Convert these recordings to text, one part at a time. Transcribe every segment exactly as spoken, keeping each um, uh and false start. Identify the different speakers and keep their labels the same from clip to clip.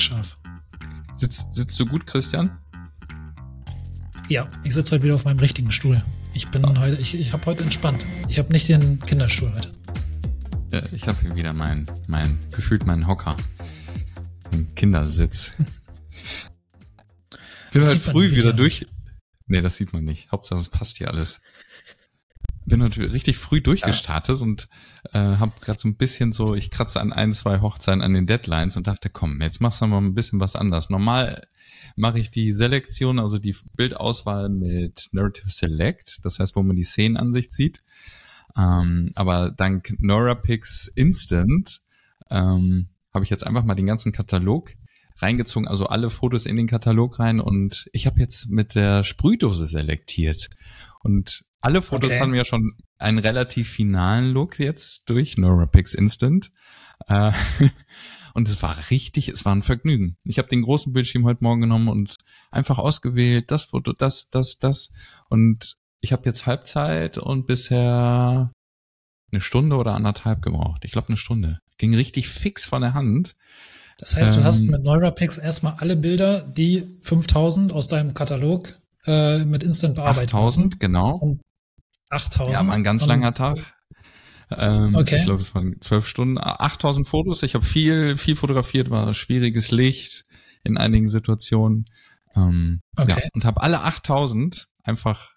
Speaker 1: scharf.
Speaker 2: Sitzt, sitzt du gut, Christian?
Speaker 1: Ja, ich sitze heute wieder auf meinem richtigen Stuhl. Ich bin oh. heute, ich, ich habe heute entspannt. Ich habe nicht den Kinderstuhl heute.
Speaker 2: Ja, ich habe hier wieder mein, mein, gefühlt meinen Hocker. Den Kindersitz. Ich bin heute früh wieder durch. Nee, das sieht man nicht. Hauptsache, es passt hier alles. Bin heute richtig früh durchgestartet ja. und äh, habe gerade so ein bisschen so, ich kratze an ein, zwei Hochzeiten an den Deadlines und dachte, komm, jetzt machst du mal ein bisschen was anderes. Normal mache ich die Selektion, also die Bildauswahl mit Narrative Select, das heißt, wo man die Szenenansicht sieht. Ähm, aber dank NeuraPix Instant ähm, habe ich jetzt einfach mal den ganzen Katalog reingezogen, also alle Fotos in den Katalog rein und ich habe jetzt mit der Sprühdose selektiert und alle Fotos okay. haben ja schon einen relativ finalen Look jetzt durch NeuraPix Instant äh, und es war richtig, es war ein Vergnügen. Ich habe den großen Bildschirm heute Morgen genommen und einfach ausgewählt, das Foto, das, das, das und ich habe jetzt Halbzeit und bisher eine Stunde oder anderthalb gebraucht. Ich glaube eine Stunde. Ging richtig fix von der Hand.
Speaker 1: Das heißt, du ähm, hast mit NeuraPix erstmal alle Bilder, die fünftausend aus deinem Katalog äh, mit Instant bearbeitet
Speaker 2: achttausend, genau.
Speaker 1: Und achttausend.
Speaker 2: Ja, war ein ganz langer Tag. Ähm,
Speaker 1: okay.
Speaker 2: Ich glaube, es waren zwölf Stunden. achttausend Fotos. Ich habe viel, viel fotografiert, war schwieriges Licht in einigen Situationen. Ähm,
Speaker 1: okay.
Speaker 2: Ja, und habe alle achttausend einfach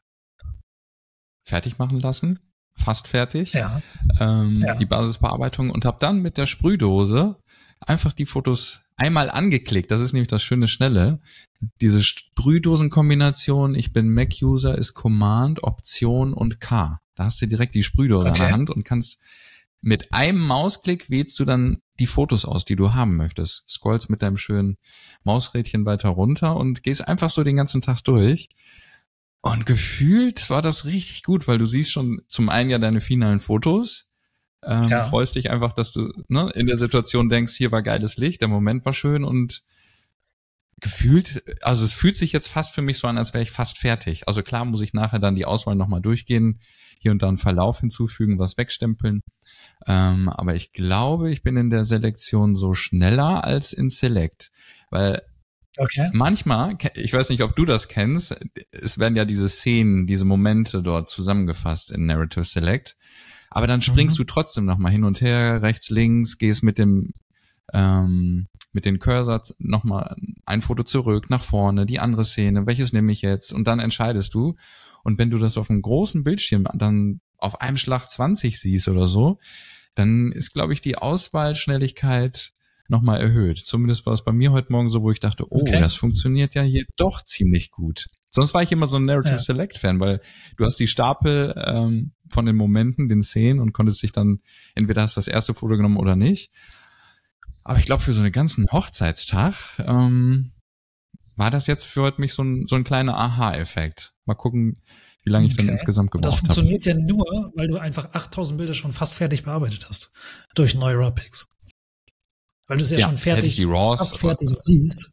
Speaker 2: fertig machen lassen. Fast fertig.
Speaker 1: Ja.
Speaker 2: Ähm,
Speaker 1: ja.
Speaker 2: Die Basisbearbeitung und habe dann mit der Sprühdose einfach die Fotos einmal angeklickt. Das ist nämlich das schöne Schnelle. Diese Sprühdosenkombination, ich bin Mac-User, ist Command, Option und K. Da hast du direkt die Sprühdose okay. an der Hand und kannst mit einem Mausklick wählst du dann die Fotos aus, die du haben möchtest. Scrollst mit deinem schönen Mausrädchen weiter runter und gehst einfach so den ganzen Tag durch. Und gefühlt war das richtig gut, weil du siehst schon zum einen ja deine finalen Fotos, ähm, ja. freust dich einfach, dass du ne, in der Situation denkst, hier war geiles Licht, der Moment war schön und gefühlt, also es fühlt sich jetzt fast für mich so an, als wäre ich fast fertig. Also klar muss ich nachher dann die Auswahl nochmal durchgehen, hier und da einen Verlauf hinzufügen, was wegstempeln, ähm, aber ich glaube, ich bin in der Selektion so schneller als in Select, weil
Speaker 1: Okay.
Speaker 2: manchmal, ich weiß nicht, ob du das kennst, es werden ja diese Szenen, diese Momente dort zusammengefasst in Narrative Select, aber dann springst mhm. du trotzdem nochmal hin und her, rechts, links, gehst mit dem ähm, mit den Cursor nochmal ein Foto zurück, nach vorne, die andere Szene, welches nehme ich jetzt und dann entscheidest du und wenn du das auf einem großen Bildschirm dann auf einem Schlag zwanzig siehst oder so, dann ist, glaube ich, die Auswahlschnelligkeit nochmal erhöht. Zumindest war es bei mir heute Morgen so, wo ich dachte, oh, okay. das funktioniert ja hier doch ziemlich gut. Sonst war ich immer so ein Narrative ja. Select Fan, weil du hast die Stapel ähm, von den Momenten, den Szenen und konntest dich dann, entweder hast du das erste Foto genommen oder nicht. Aber ich glaube, für so einen ganzen Hochzeitstag ähm, war das jetzt für heute mich so ein, so ein kleiner Aha-Effekt. Mal gucken, wie lange ich okay. dann insgesamt gebraucht habe.
Speaker 1: Das funktioniert hab. ja nur, weil du einfach achttausend Bilder schon fast fertig bearbeitet hast durch NeuraPix. Weil du es ja, ja schon fertig,
Speaker 2: die Raws,
Speaker 1: fast fertig siehst.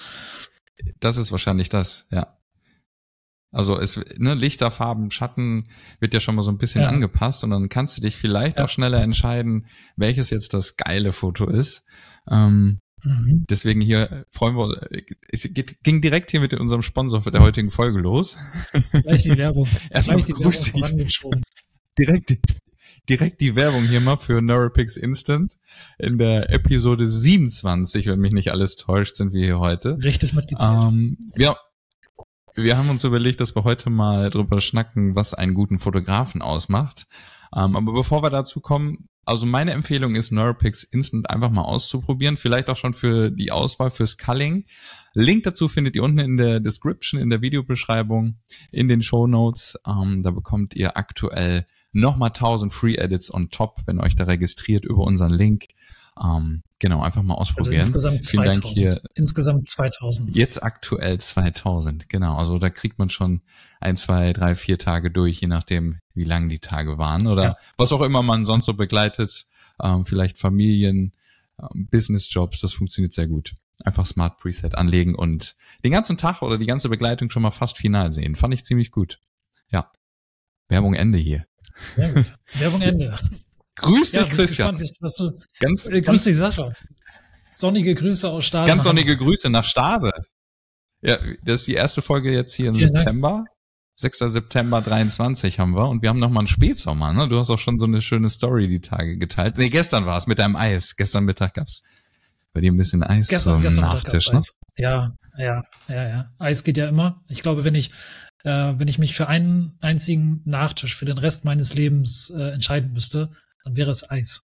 Speaker 2: Das ist wahrscheinlich das, ja. Also es, ne, Lichter, Farben, Schatten wird ja schon mal so ein bisschen ja. angepasst und dann kannst du dich vielleicht ja. auch schneller entscheiden, welches jetzt das geile Foto ist. Ähm, mhm. Deswegen hier freuen wir, es ging direkt hier mit unserem Sponsor für der heutigen Folge los.
Speaker 1: Gleich die Werbung.
Speaker 2: Erstmal grüß dich. Direkt Direkt die Werbung hier mal für NeuraPix Instant. In der Episode siebenundzwanzig, wenn mich nicht alles täuscht, sind wir hier heute.
Speaker 1: Richtig mitgezählt.
Speaker 2: Ähm, ja, wir haben uns überlegt, dass wir heute mal drüber schnacken, was einen guten Fotografen ausmacht. Ähm, aber bevor wir dazu kommen, also meine Empfehlung ist, NeuraPix Instant einfach mal auszuprobieren. Vielleicht auch schon für die Auswahl fürs Culling. Link dazu findet ihr unten in der Description, in der Videobeschreibung, in den Shownotes. Ähm, da bekommt ihr aktuell nochmal tausend Free Edits on top, wenn ihr euch da registriert über unseren Link. Ähm, genau, einfach mal ausprobieren.
Speaker 1: Also insgesamt zweitausend. Vielen Dank hier. Insgesamt zweitausend.
Speaker 2: Jetzt aktuell zweitausend, genau. Also da kriegt man schon ein, zwei, drei, vier Tage durch, je nachdem, wie lang die Tage waren oder ja. was auch immer man sonst so begleitet. Ähm, vielleicht Familien, ähm, Businessjobs, das funktioniert sehr gut. Einfach Smart Preset anlegen und den ganzen Tag oder die ganze Begleitung schon mal fast final sehen. Fand ich ziemlich gut. Ja. Werbung Ende hier.
Speaker 1: Sehr gut. Werbung Ende.
Speaker 2: Grüß dich,
Speaker 1: ja,
Speaker 2: Christian.
Speaker 1: Gespannt, was du,
Speaker 2: ganz,
Speaker 1: äh, grüß
Speaker 2: ganz,
Speaker 1: dich, Sascha. Sonnige Grüße aus Stade.
Speaker 2: Ganz sonnige Grüße nach Stade. Ja, das ist die erste Folge jetzt hier im
Speaker 1: Vielen
Speaker 2: September. Dank. sechster September dreiundzwanzig haben wir und wir haben nochmal einen Spätsommer, ne? Du hast auch schon so eine schöne Story die Tage geteilt. Nee, gestern war es mit deinem Eis. Gestern Mittag gab's bei dir ein bisschen Eis
Speaker 1: gestern,
Speaker 2: zum
Speaker 1: gestern
Speaker 2: Nachtisch, ne?
Speaker 1: Eis. Ja, ja, ja, ja. Eis geht ja immer. Ich glaube, wenn ich, äh, wenn ich mich für einen einzigen Nachtisch für den Rest meines Lebens äh, entscheiden müsste, dann wäre es Eis.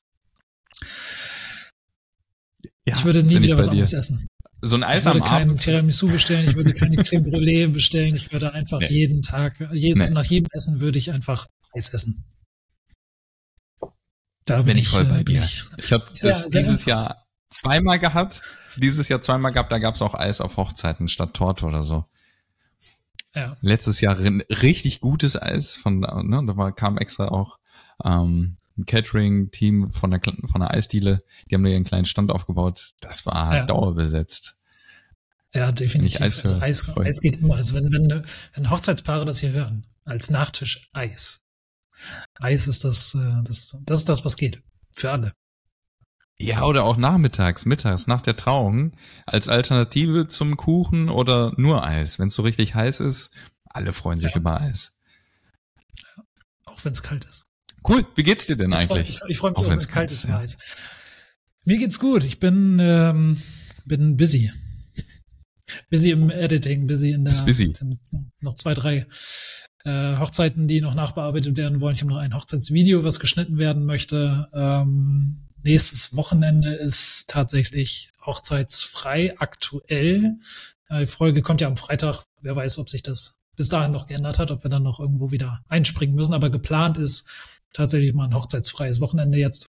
Speaker 1: Ja, ich würde nie wieder was anderes essen.
Speaker 2: So ein Eis
Speaker 1: ich würde
Speaker 2: am
Speaker 1: keinen
Speaker 2: Abend.
Speaker 1: Tiramisu bestellen, ich würde keine Creme Brûlée bestellen, ich würde einfach nee. jeden Tag, jeden, nee. nach jedem Essen würde ich einfach Eis essen.
Speaker 2: Da bin, bin ich voll bei dir. Ich, ich habe das dieses Jahr zweimal gehabt, dieses Jahr zweimal gehabt, da gab's auch Eis auf Hochzeiten statt Torte oder so.
Speaker 1: Ja.
Speaker 2: Letztes Jahr richtig gutes Eis von, ne, da war, kam extra auch ähm, ein Catering-Team von der von der Eisdiele, die haben da ihren kleinen Stand aufgebaut. Das war halt ja. dauerbesetzt.
Speaker 1: Ja, definitiv.
Speaker 2: Eis,
Speaker 1: also Eis, Eis geht immer. Also wenn, wenn, wenn Hochzeitspaare das hier hören, als Nachtisch Eis. Eis ist das, das, das ist das, was geht. Für alle.
Speaker 2: Ja, oder auch nachmittags, mittags, nach der Trauung, als Alternative zum Kuchen oder nur Eis. Wenn es so richtig heiß ist, alle freuen sich ja. über Eis.
Speaker 1: Ja. Auch wenn es kalt ist.
Speaker 2: Cool, wie geht's dir denn
Speaker 1: ich
Speaker 2: eigentlich?
Speaker 1: Freu, ich ich freue mich, auch wenn es kalt ist. Ja. Mir geht's gut. Ich bin ähm, bin busy. Busy im Editing, busy in der
Speaker 2: busy.
Speaker 1: noch zwei, drei äh, Hochzeiten, die noch nachbearbeitet werden wollen. Ich habe noch ein Hochzeitsvideo, was geschnitten werden möchte. Ähm, nächstes Wochenende ist tatsächlich hochzeitsfrei aktuell. Äh, die Folge kommt ja am Freitag. Wer weiß, ob sich das bis dahin noch geändert hat, ob wir dann noch irgendwo wieder einspringen müssen. Aber geplant ist tatsächlich mal ein hochzeitsfreies Wochenende jetzt.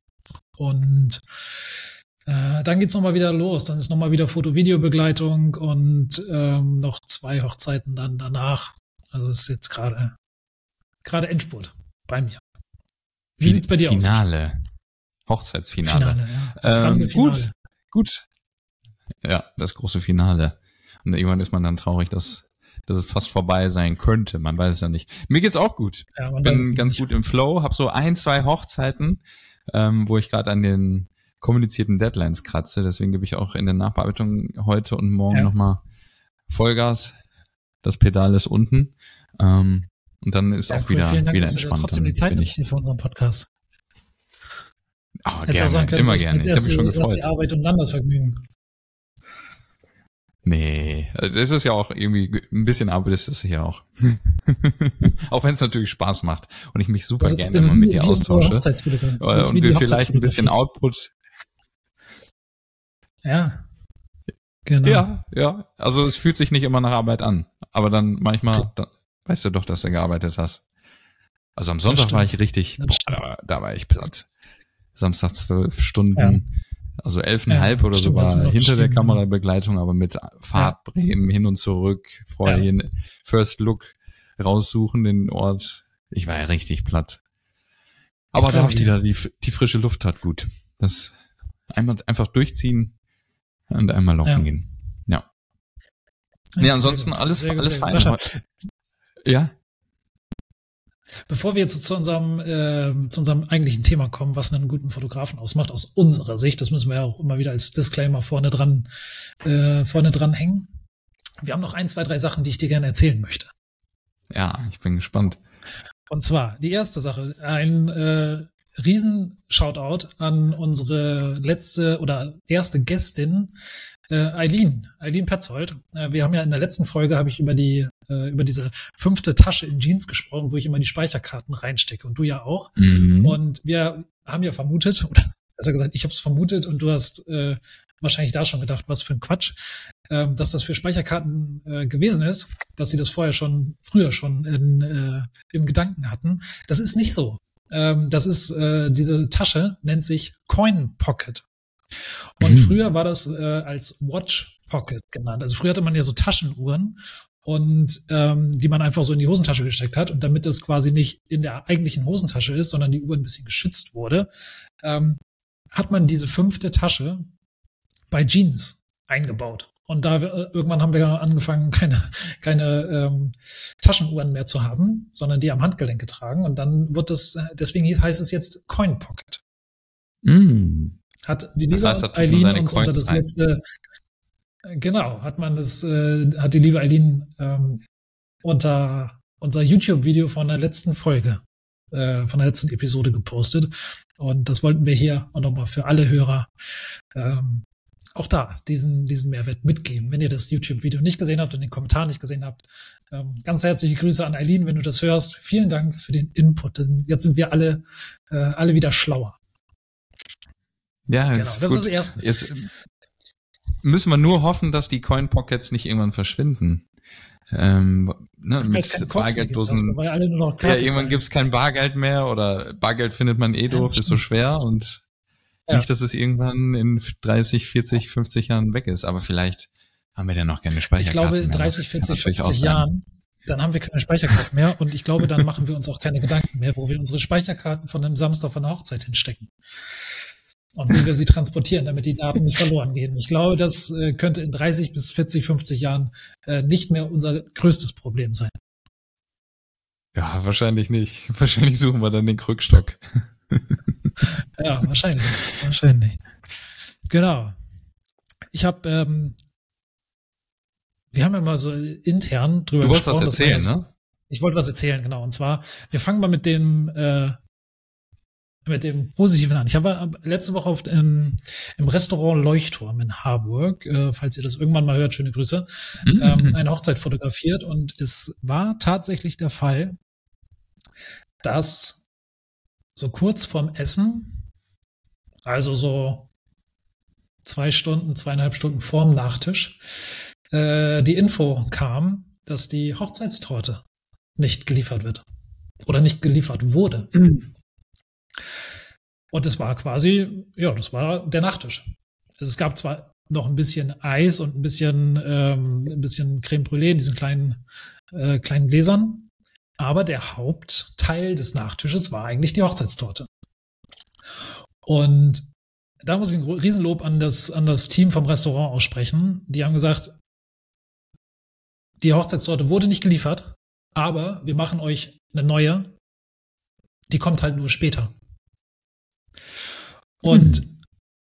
Speaker 1: Und äh, dann geht's nochmal wieder los. Dann ist nochmal wieder Foto-Video-Begleitung und ähm, noch zwei Hochzeiten dann danach. Also ist jetzt gerade gerade Endspurt bei mir. Wie
Speaker 2: Fin-
Speaker 1: sieht's bei dir
Speaker 2: Finale.
Speaker 1: aus?
Speaker 2: Hochzeitsfinale.
Speaker 1: Finale, ja.
Speaker 2: Ähm,
Speaker 1: Finale.
Speaker 2: Gut, gut. Ja, das große Finale. Und irgendwann ist man dann traurig, dass dass es fast vorbei sein könnte. Man weiß es ja nicht. Mir geht's auch gut.
Speaker 1: Ja,
Speaker 2: bin ganz nicht. gut im Flow. Hab so ein, zwei Hochzeiten, ähm, wo ich gerade an den kommunizierten Deadlines kratze. Deswegen gebe ich auch in der Nachbearbeitung heute und morgen ja. nochmal Vollgas. Das Pedal ist unten. Ähm, und dann ist
Speaker 1: ja,
Speaker 2: auch
Speaker 1: cool.
Speaker 2: wieder,
Speaker 1: Vielen Dank,
Speaker 2: wieder
Speaker 1: dass
Speaker 2: entspannt.
Speaker 1: Du trotzdem die Zeit nimmst für unseren Podcast.
Speaker 2: Oh, gerne, sagen können, immer gerne. Ich habe mich schon gefreut.
Speaker 1: Erst die Arbeit und dann das Vergnügen.
Speaker 2: Nee, das ist ja auch irgendwie, ein bisschen Arbeit ist das hier auch. Auch wenn es natürlich Spaß macht und ich mich super also, gerne immer mit dir austausche. Und wir vielleicht ein bisschen Output.
Speaker 1: Ja, genau.
Speaker 2: Ja, ja, also es fühlt sich nicht immer nach Arbeit an, aber dann manchmal, da, weißt du doch, dass du gearbeitet hast. Also am Sonntag war ich richtig, boah, da, war, da war ich platt. Samstag zwölf Stunden. Ja. Also elfeinhalb ja, oder so war hinter der Kamerabegleitung, aber mit Fahrtbremen ja. hin und zurück, vorher ja. hin, First Look raussuchen, den Ort. Ich war ja richtig platt. Aber da wieder die, die frische Luft tat gut. Das einmal einfach durchziehen und einmal laufen ja. gehen. Ja. Ja, nee, ansonsten alles, gut, alles fein. Sascha, ja.
Speaker 1: Bevor wir jetzt zu unserem, äh, zu unserem eigentlichen Thema kommen, was einen guten Fotografen ausmacht, aus unserer Sicht, das müssen wir ja auch immer wieder als Disclaimer vorne dran, äh, vorne dran hängen. Wir haben noch ein, zwei, drei Sachen, die ich dir gerne erzählen möchte.
Speaker 2: Ja, ich bin gespannt.
Speaker 1: Und zwar, die erste Sache, ein äh, riesen Shoutout an unsere letzte oder erste Gästin, äh, Eileen, Eileen Petzold. Äh, wir haben ja in der letzten Folge, habe ich über die äh, über diese fünfte Tasche in Jeans gesprochen, wo ich immer die Speicherkarten reinstecke und du ja auch.
Speaker 2: Mhm.
Speaker 1: Und wir haben ja vermutet, oder besser gesagt, ich habe es vermutet und du hast äh, wahrscheinlich da schon gedacht, was für ein Quatsch, äh, dass das für Speicherkarten äh, gewesen ist, dass sie das vorher schon, früher schon in, äh, im Gedanken hatten. Das ist nicht so. Ähm, das ist, äh, diese Tasche nennt sich Coin Pocket. Und mhm. früher war das äh, als Watch Pocket genannt. Also früher hatte man ja so Taschenuhren und ähm, die man einfach so in die Hosentasche gesteckt hat. Und damit das quasi nicht in der eigentlichen Hosentasche ist, sondern die Uhr ein bisschen geschützt wurde, ähm, hat man diese fünfte Tasche bei Jeans eingebaut. Und da äh, irgendwann haben wir angefangen, keine keine ähm, Taschenuhren mehr zu haben, sondern die am Handgelenk getragen. Und dann wird das, deswegen heißt es jetzt Coin Pocket.
Speaker 2: Mm.
Speaker 1: hat die
Speaker 2: Das
Speaker 1: liebe
Speaker 2: heißt, da tut man
Speaker 1: Eileen
Speaker 2: seine
Speaker 1: uns unter
Speaker 2: Coins
Speaker 1: das
Speaker 2: rein.
Speaker 1: letzte, genau, hat man das, äh, hat die liebe Eileen ähm, unter unser YouTube-Video von der letzten Folge, äh, von der letzten Episode gepostet. Und das wollten wir hier auch nochmal für alle Hörer ähm, auch da diesen, diesen Mehrwert mitgeben. Wenn ihr das YouTube-Video nicht gesehen habt und den Kommentar nicht gesehen habt, ähm, ganz herzliche Grüße an Eileen, wenn du das hörst. Vielen Dank für den Input. Denn jetzt sind wir alle, äh, alle wieder schlauer.
Speaker 2: Ja,
Speaker 1: Genau,
Speaker 2: ist
Speaker 1: das
Speaker 2: gut.
Speaker 1: ist das Erste.
Speaker 2: Jetzt müssen wir nur hoffen, dass die Coin Pockets nicht irgendwann verschwinden. Ähm, ne, mit Bargelddosen.
Speaker 1: Weil alle nur noch
Speaker 2: ja,
Speaker 1: Karte
Speaker 2: irgendwann
Speaker 1: zahlen.
Speaker 2: gibt's kein Bargeld mehr oder Bargeld findet man eh doof,
Speaker 1: Ja,
Speaker 2: ist so
Speaker 1: stimmt.
Speaker 2: schwer und
Speaker 1: Ja.
Speaker 2: nicht, dass es irgendwann in dreißig, vierzig, fünfzig Jahren weg ist. Aber vielleicht haben wir dann noch keine
Speaker 1: Ich
Speaker 2: Speicherkarten
Speaker 1: glaube,
Speaker 2: mehr.
Speaker 1: dreißig,
Speaker 2: Das kann
Speaker 1: vierzig,
Speaker 2: natürlich auch
Speaker 1: fünfzig
Speaker 2: sein.
Speaker 1: Jahren, dann haben wir keine Speicherkarten mehr und ich glaube, dann machen wir uns auch keine Gedanken mehr, wo wir unsere Speicherkarten von einem Samstag von der Hochzeit hinstecken. Und wie wir sie transportieren, damit die Daten nicht verloren gehen. Ich glaube, das äh, könnte in dreißig bis vierzig, fünfzig Jahren äh, nicht mehr unser größtes Problem sein.
Speaker 2: Ja, wahrscheinlich nicht. Wahrscheinlich suchen wir dann den Krückstock.
Speaker 1: Ja, wahrscheinlich. Wahrscheinlich. Genau. Ich habe, ähm, wir haben ja mal so intern drüber
Speaker 2: Du wolltest was
Speaker 1: gesprochen. dass man
Speaker 2: erzählen,
Speaker 1: ja so,
Speaker 2: ne?
Speaker 1: Ich wollte was erzählen, genau. Und zwar, wir fangen mal mit dem, äh, mit dem Positiven an. Ich habe letzte Woche auf, im, im Restaurant Leuchtturm in Harburg, äh, falls ihr das irgendwann mal hört, schöne Grüße,
Speaker 2: Mhm.
Speaker 1: ähm, eine Hochzeit fotografiert. Und es war tatsächlich der Fall, dass so kurz vorm Essen, also so zwei Stunden, zweieinhalb Stunden vorm Nachtisch, äh, die Info kam, dass die Hochzeitstorte nicht geliefert wird oder nicht geliefert wurde.
Speaker 2: Mhm.
Speaker 1: Und es war quasi, ja, das war der Nachtisch. Also es gab zwar noch ein bisschen Eis und ein bisschen, ähm, ein bisschen Creme Brûlée in diesen kleinen, äh, kleinen Gläsern, aber der Hauptteil des Nachtisches war eigentlich die Hochzeitstorte. Und da muss ich ein Riesenlob an das, an das Team vom Restaurant aussprechen. Die haben gesagt, die Hochzeitstorte wurde nicht geliefert, aber wir machen euch eine neue. Die kommt halt nur später. Und hm.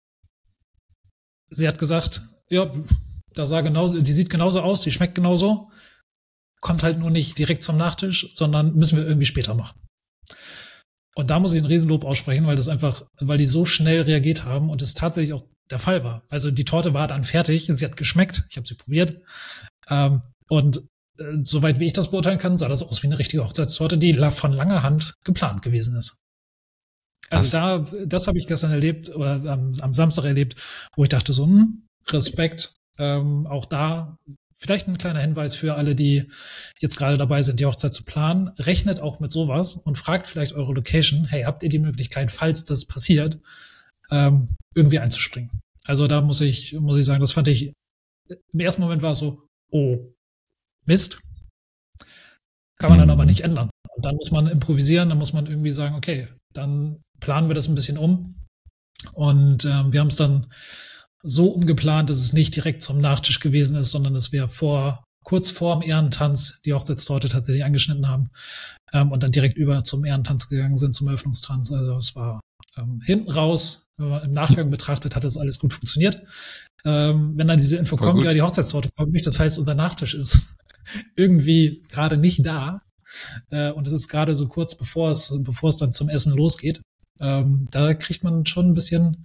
Speaker 1: sie hat gesagt, ja, das sah genauso, die sieht genauso aus, die schmeckt genauso, kommt halt nur nicht direkt zum Nachtisch, sondern müssen wir irgendwie später machen. Und da muss ich ein Riesenlob aussprechen, weil das einfach, weil die so schnell reagiert haben und es tatsächlich auch der Fall war. Also die Torte war dann fertig, sie hat geschmeckt, ich habe sie probiert. Ähm, und äh, soweit wie ich das beurteilen kann, sah das aus wie eine richtige Hochzeitstorte, die von langer Hand geplant gewesen ist. Also Was? da, das habe ich gestern erlebt oder am, am Samstag erlebt, wo ich dachte so, hm, Respekt, ähm, auch da vielleicht ein kleiner Hinweis für alle, die jetzt gerade dabei sind, die Hochzeit zu planen. Rechnet auch mit sowas und fragt vielleicht eure Location, hey, habt ihr die Möglichkeit, falls das passiert, ähm, irgendwie einzuspringen? Also da muss ich, muss ich sagen, das fand ich, im ersten Moment war es so, oh, Mist. Kann man dann aber nicht ändern. Und dann muss man improvisieren, dann muss man irgendwie sagen, okay, dann planen wir das ein bisschen um. Und ähm, wir haben es dann so umgeplant, dass es nicht direkt zum Nachtisch gewesen ist, sondern dass wir vor, kurz vor dem Ehrentanz die Hochzeitstorte tatsächlich angeschnitten haben ähm, und dann direkt über zum Ehrentanz gegangen sind, zum Eröffnungstanz. Also es war ähm, hinten raus, wenn man im Nachgang betrachtet, hat das alles gut funktioniert. Ähm, wenn dann diese Info
Speaker 2: War
Speaker 1: kommt,
Speaker 2: gut.
Speaker 1: ja, die Hochzeitstorte kommt nicht, das heißt, unser Nachtisch ist irgendwie gerade nicht da. Äh, und es ist gerade so kurz bevor es, bevor es dann zum Essen losgeht. Ähm, da kriegt man schon ein bisschen,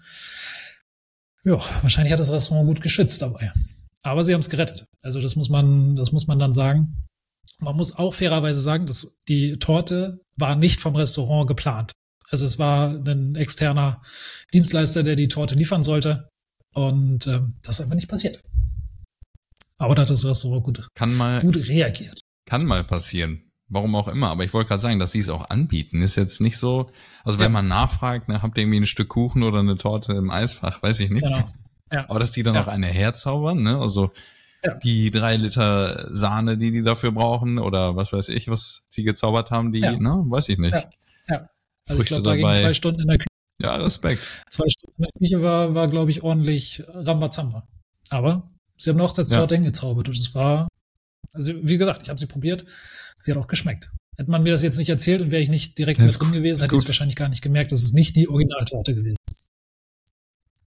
Speaker 1: ja, wahrscheinlich hat das Restaurant gut geschützt dabei. Aber sie haben es gerettet. Also das muss man, das muss man dann sagen. Man muss auch fairerweise sagen, dass die Torte war nicht vom Restaurant geplant. Also es war ein externer Dienstleister, der die Torte liefern sollte. Und ähm, das ist einfach nicht passiert. Aber da hat das Restaurant gut,
Speaker 2: kann mal,
Speaker 1: gut reagiert.
Speaker 2: Kann mal passieren. Warum auch immer. Aber ich wollte gerade sagen, dass sie es auch anbieten. Ist jetzt nicht so, also wenn ja. man nachfragt, ne, habt ihr irgendwie ein Stück Kuchen oder eine Torte im Eisfach, weiß ich nicht.
Speaker 1: Genau. Ja.
Speaker 2: Aber dass die dann
Speaker 1: ja.
Speaker 2: auch eine herzaubern, ne? Also
Speaker 1: ja.
Speaker 2: die drei Liter Sahne, die die dafür brauchen oder was weiß ich, was sie gezaubert haben, die,
Speaker 1: ja.
Speaker 2: ne, weiß ich nicht.
Speaker 1: Ja. ja. Also
Speaker 2: Früchte
Speaker 1: ich glaube, da
Speaker 2: dabei.
Speaker 1: ging zwei Stunden in der Küche.
Speaker 2: Ja, Respekt.
Speaker 1: Zwei Stunden in der Küche war, war glaube ich, ordentlich Rambazamba. Aber sie haben eine Hochzeitstorte ja. hingezaubert und es war, also wie gesagt, ich habe sie probiert, sie hat auch geschmeckt. Hätte man mir das jetzt nicht erzählt und wäre ich nicht direkt mit drin gewesen, hätte ich es wahrscheinlich gar nicht gemerkt, dass es nicht die Originaltorte gewesen ist.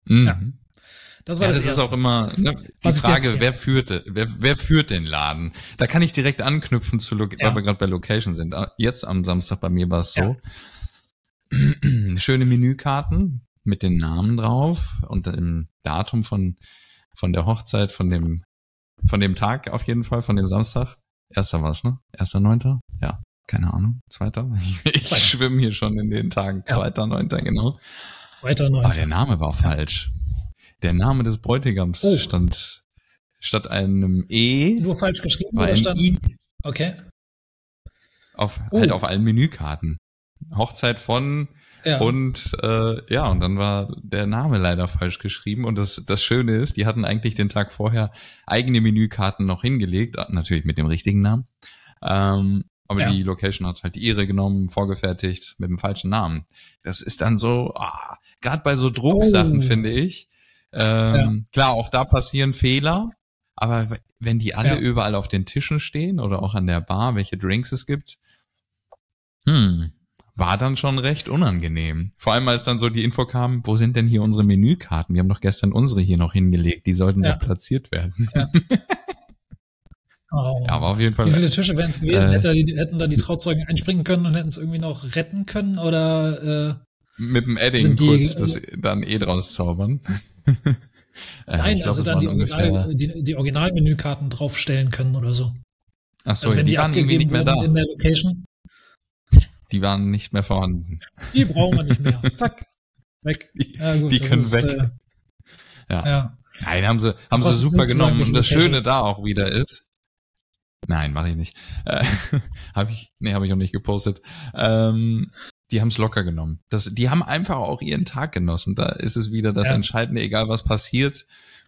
Speaker 2: Mhm.
Speaker 1: Ja. Das war
Speaker 2: ja,
Speaker 1: das,
Speaker 2: das
Speaker 1: Erste.
Speaker 2: ist auch immer ne, die Frage, wer führt, wer, wer führt den Laden? Da kann ich direkt anknüpfen, zu, Lo-
Speaker 1: Ja.
Speaker 2: weil wir gerade bei Location sind. Jetzt am Samstag bei mir war es so.
Speaker 1: Ja.
Speaker 2: Schöne Menükarten mit den Namen drauf und dem Datum von, von der Hochzeit, von dem, von dem Tag auf jeden Fall, von dem Samstag. Erster war's, ne? Erster Neunter? Ja, keine Ahnung. Zweiter? Ich
Speaker 1: Zweiter.
Speaker 2: schwimme hier schon in den Tagen.
Speaker 1: Ja.
Speaker 2: Zweiter, Neunter, genau.
Speaker 1: Zweiter, Neunter.
Speaker 2: Aber der Name war falsch. Der Name des Bräutigams
Speaker 1: Oh.
Speaker 2: stand statt einem E.
Speaker 1: Nur falsch geschrieben
Speaker 2: war
Speaker 1: oder
Speaker 2: ein
Speaker 1: stand?
Speaker 2: I.
Speaker 1: Okay.
Speaker 2: Auf,
Speaker 1: Oh.
Speaker 2: halt auf allen Menükarten. Hochzeit von
Speaker 1: Ja.
Speaker 2: und äh, ja, und dann war der Name leider falsch geschrieben. Und das, das Schöne ist, die hatten eigentlich den Tag vorher eigene Menükarten noch hingelegt, natürlich mit dem richtigen Namen. Ähm, aber
Speaker 1: Ja.
Speaker 2: die Location hat halt ihre genommen, vorgefertigt mit dem falschen Namen. Das ist dann so, ah, gerade bei so Drucksachen,
Speaker 1: Oh.
Speaker 2: finde ich. Ähm,
Speaker 1: Ja.
Speaker 2: Klar, auch da passieren Fehler, aber wenn die alle
Speaker 1: Ja.
Speaker 2: überall auf den Tischen stehen oder auch an der Bar, welche Drinks es gibt, hm, war dann schon recht unangenehm. Vor allem, als dann so die Info kam, wo sind denn hier unsere Menükarten? Wir haben doch gestern unsere hier noch hingelegt, die sollten
Speaker 1: Ja.
Speaker 2: doch platziert werden.
Speaker 1: Ja. Oh.
Speaker 2: Ja, aber auf jeden Fall.
Speaker 1: Wie viele Tische wären es gewesen?
Speaker 2: Äh,
Speaker 1: Hätte die, hätten da die Trauzeugen einspringen können und hätten es irgendwie noch retten können? Oder äh,
Speaker 2: mit dem Edding
Speaker 1: sind die-
Speaker 2: kurz das dann eh draus zaubern. Äh,
Speaker 1: nein,
Speaker 2: ich glaub,
Speaker 1: also
Speaker 2: es
Speaker 1: dann
Speaker 2: waren
Speaker 1: die,
Speaker 2: ungefähr-
Speaker 1: Original, die, die Originalmenükarten draufstellen können oder so.
Speaker 2: Ach so,
Speaker 1: Also
Speaker 2: ja,
Speaker 1: wenn
Speaker 2: die,
Speaker 1: die,
Speaker 2: waren irgendwie
Speaker 1: abgegeben
Speaker 2: nicht mehr
Speaker 1: wurden
Speaker 2: da.
Speaker 1: in der Location,
Speaker 2: Die waren nicht mehr vorhanden.
Speaker 1: die brauchen wir nicht mehr. Zack, weg.
Speaker 2: Die,
Speaker 1: Ja, gut,
Speaker 2: die
Speaker 1: das
Speaker 2: können
Speaker 1: ist,
Speaker 2: weg.
Speaker 1: Äh,
Speaker 2: ja.
Speaker 1: ja.
Speaker 2: Nein, haben sie, haben sie
Speaker 1: Was
Speaker 2: super
Speaker 1: sind
Speaker 2: genommen.
Speaker 1: solche
Speaker 2: Und das Schöne
Speaker 1: Locations?
Speaker 2: da auch wieder ist, nein, mache ich nicht. Äh, habe ich, nee, habe ich auch nicht gepostet. Ähm, die haben es locker genommen. Das, die haben einfach auch ihren Tag genossen. Da ist es wieder das
Speaker 1: Ja.
Speaker 2: Entscheidende, egal was passiert,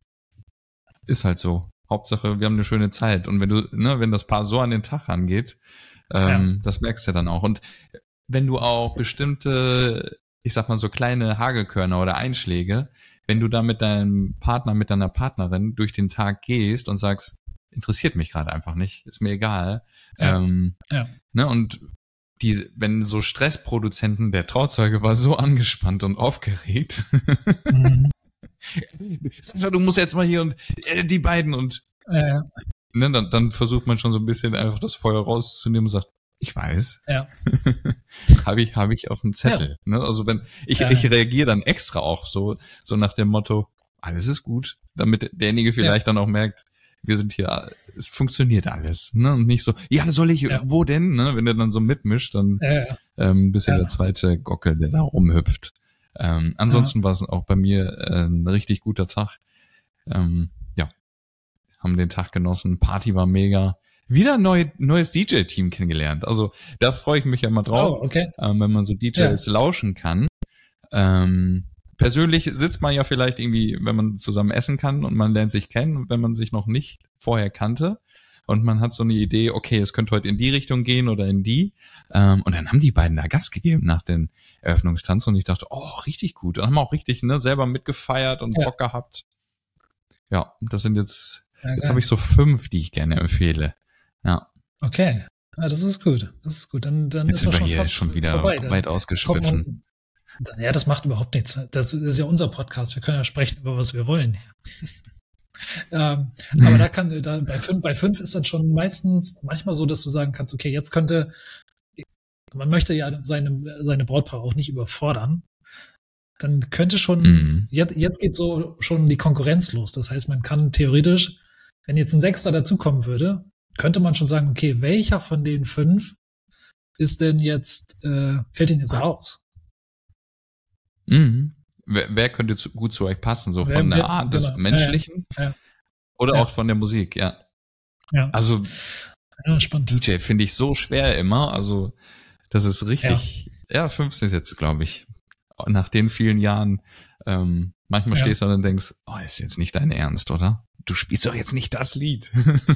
Speaker 2: ist halt so. Hauptsache, wir haben eine schöne Zeit. Und wenn du, ne, wenn das Paar so an den Tag rangeht, ähm, das merkst du dann auch. Und wenn du auch bestimmte, ich sag mal so kleine Hagelkörner oder Einschläge, wenn du da mit deinem Partner, mit deiner Partnerin durch den Tag gehst und sagst, interessiert mich gerade einfach nicht, ist mir egal.
Speaker 1: Ja.
Speaker 2: Ähm,
Speaker 1: Ja.
Speaker 2: Ne, und die, wenn so Stressproduzenten, der Trauzeuge war so angespannt und aufgeregt.
Speaker 1: Mhm.
Speaker 2: Sascha, du musst jetzt mal hier und äh, die beiden und
Speaker 1: Äh,
Speaker 2: ne, dann, dann versucht man schon so ein bisschen einfach das Feuer rauszunehmen und sagt, ich weiß,
Speaker 1: ja.
Speaker 2: habe ich, habe ich auf dem Zettel. Ne? Also wenn ich,
Speaker 1: Ja.
Speaker 2: ich reagiere dann extra auch so, so nach dem Motto, alles ist gut, damit derjenige vielleicht dann auch merkt, wir sind hier, es funktioniert alles, ne? Und nicht so, ja, soll ich,
Speaker 1: Ja.
Speaker 2: wo denn? Ne? Wenn der dann so mitmischt, dann
Speaker 1: Äh,
Speaker 2: ähm, bisschen
Speaker 1: Ja.
Speaker 2: der zweite Gockel, der da rumhüpft. Ähm, ansonsten war es auch bei mir äh, ein richtig guter Tag. Ähm, ja, haben den Tag genossen, Party war mega. Wieder ein neu, neues D J-Team kennengelernt. Also da freue ich mich ja immer drauf,
Speaker 1: oh, okay.
Speaker 2: ähm, wenn man so D Js lauschen kann. Ähm, persönlich sitzt man ja vielleicht irgendwie, wenn man zusammen essen kann und man lernt sich kennen, wenn man sich noch nicht vorher kannte. Und man hat so eine Idee, okay, es könnte heute in die Richtung gehen oder in die. Ähm, und dann haben die beiden da Gas gegeben nach dem Eröffnungstanz und ich dachte, oh, richtig gut. Und haben auch richtig ne, selber mitgefeiert und
Speaker 1: Ja.
Speaker 2: Bock gehabt. Ja, das sind jetzt,
Speaker 1: Ja,
Speaker 2: jetzt
Speaker 1: geil.
Speaker 2: habe ich so fünf, die ich gerne empfehle. Ja,
Speaker 1: Okay. Ja, das ist gut. Das ist gut. Dann, dann
Speaker 2: jetzt
Speaker 1: ist
Speaker 2: sind
Speaker 1: doch
Speaker 2: wir
Speaker 1: schon
Speaker 2: hier
Speaker 1: fast
Speaker 2: schon wieder
Speaker 1: vorbei. Dann
Speaker 2: weit
Speaker 1: kommt
Speaker 2: ausgeschwiffen.
Speaker 1: man, ja, das macht überhaupt nichts. Das ist ja unser Podcast. Wir können ja sprechen über was wir wollen. ähm, aber da kann, da bei fünf, bei fünf ist dann schon meistens manchmal so, dass du sagen kannst, okay, jetzt könnte, man möchte ja seine, seine Brautpaare auch nicht überfordern. Dann könnte schon,
Speaker 2: Mhm.
Speaker 1: jetzt, jetzt geht so schon die Konkurrenz los. Das heißt, man kann theoretisch, wenn jetzt ein Sechster dazukommen würde, könnte man schon sagen, okay, welcher von den fünf ist denn jetzt, äh, fällt denn jetzt raus?
Speaker 2: Mhm. Wer, wer könnte zu, gut zu euch passen? So
Speaker 1: Wer-
Speaker 2: von der
Speaker 1: wer-
Speaker 2: Art des
Speaker 1: genau.
Speaker 2: Menschlichen?
Speaker 1: Ja, ja.
Speaker 2: Oder
Speaker 1: Ja.
Speaker 2: auch von der Musik, ja.
Speaker 1: Ja,
Speaker 2: Also
Speaker 1: ja spannend.
Speaker 2: D J finde ich so schwer immer. Also das ist richtig, ja, fünfzehn ist jetzt, glaube ich. Nach den vielen Jahren, ähm, manchmal
Speaker 1: Ja.
Speaker 2: stehst du dann und denkst, oh, ist jetzt nicht dein Ernst, oder? Du spielst doch jetzt nicht das Lied.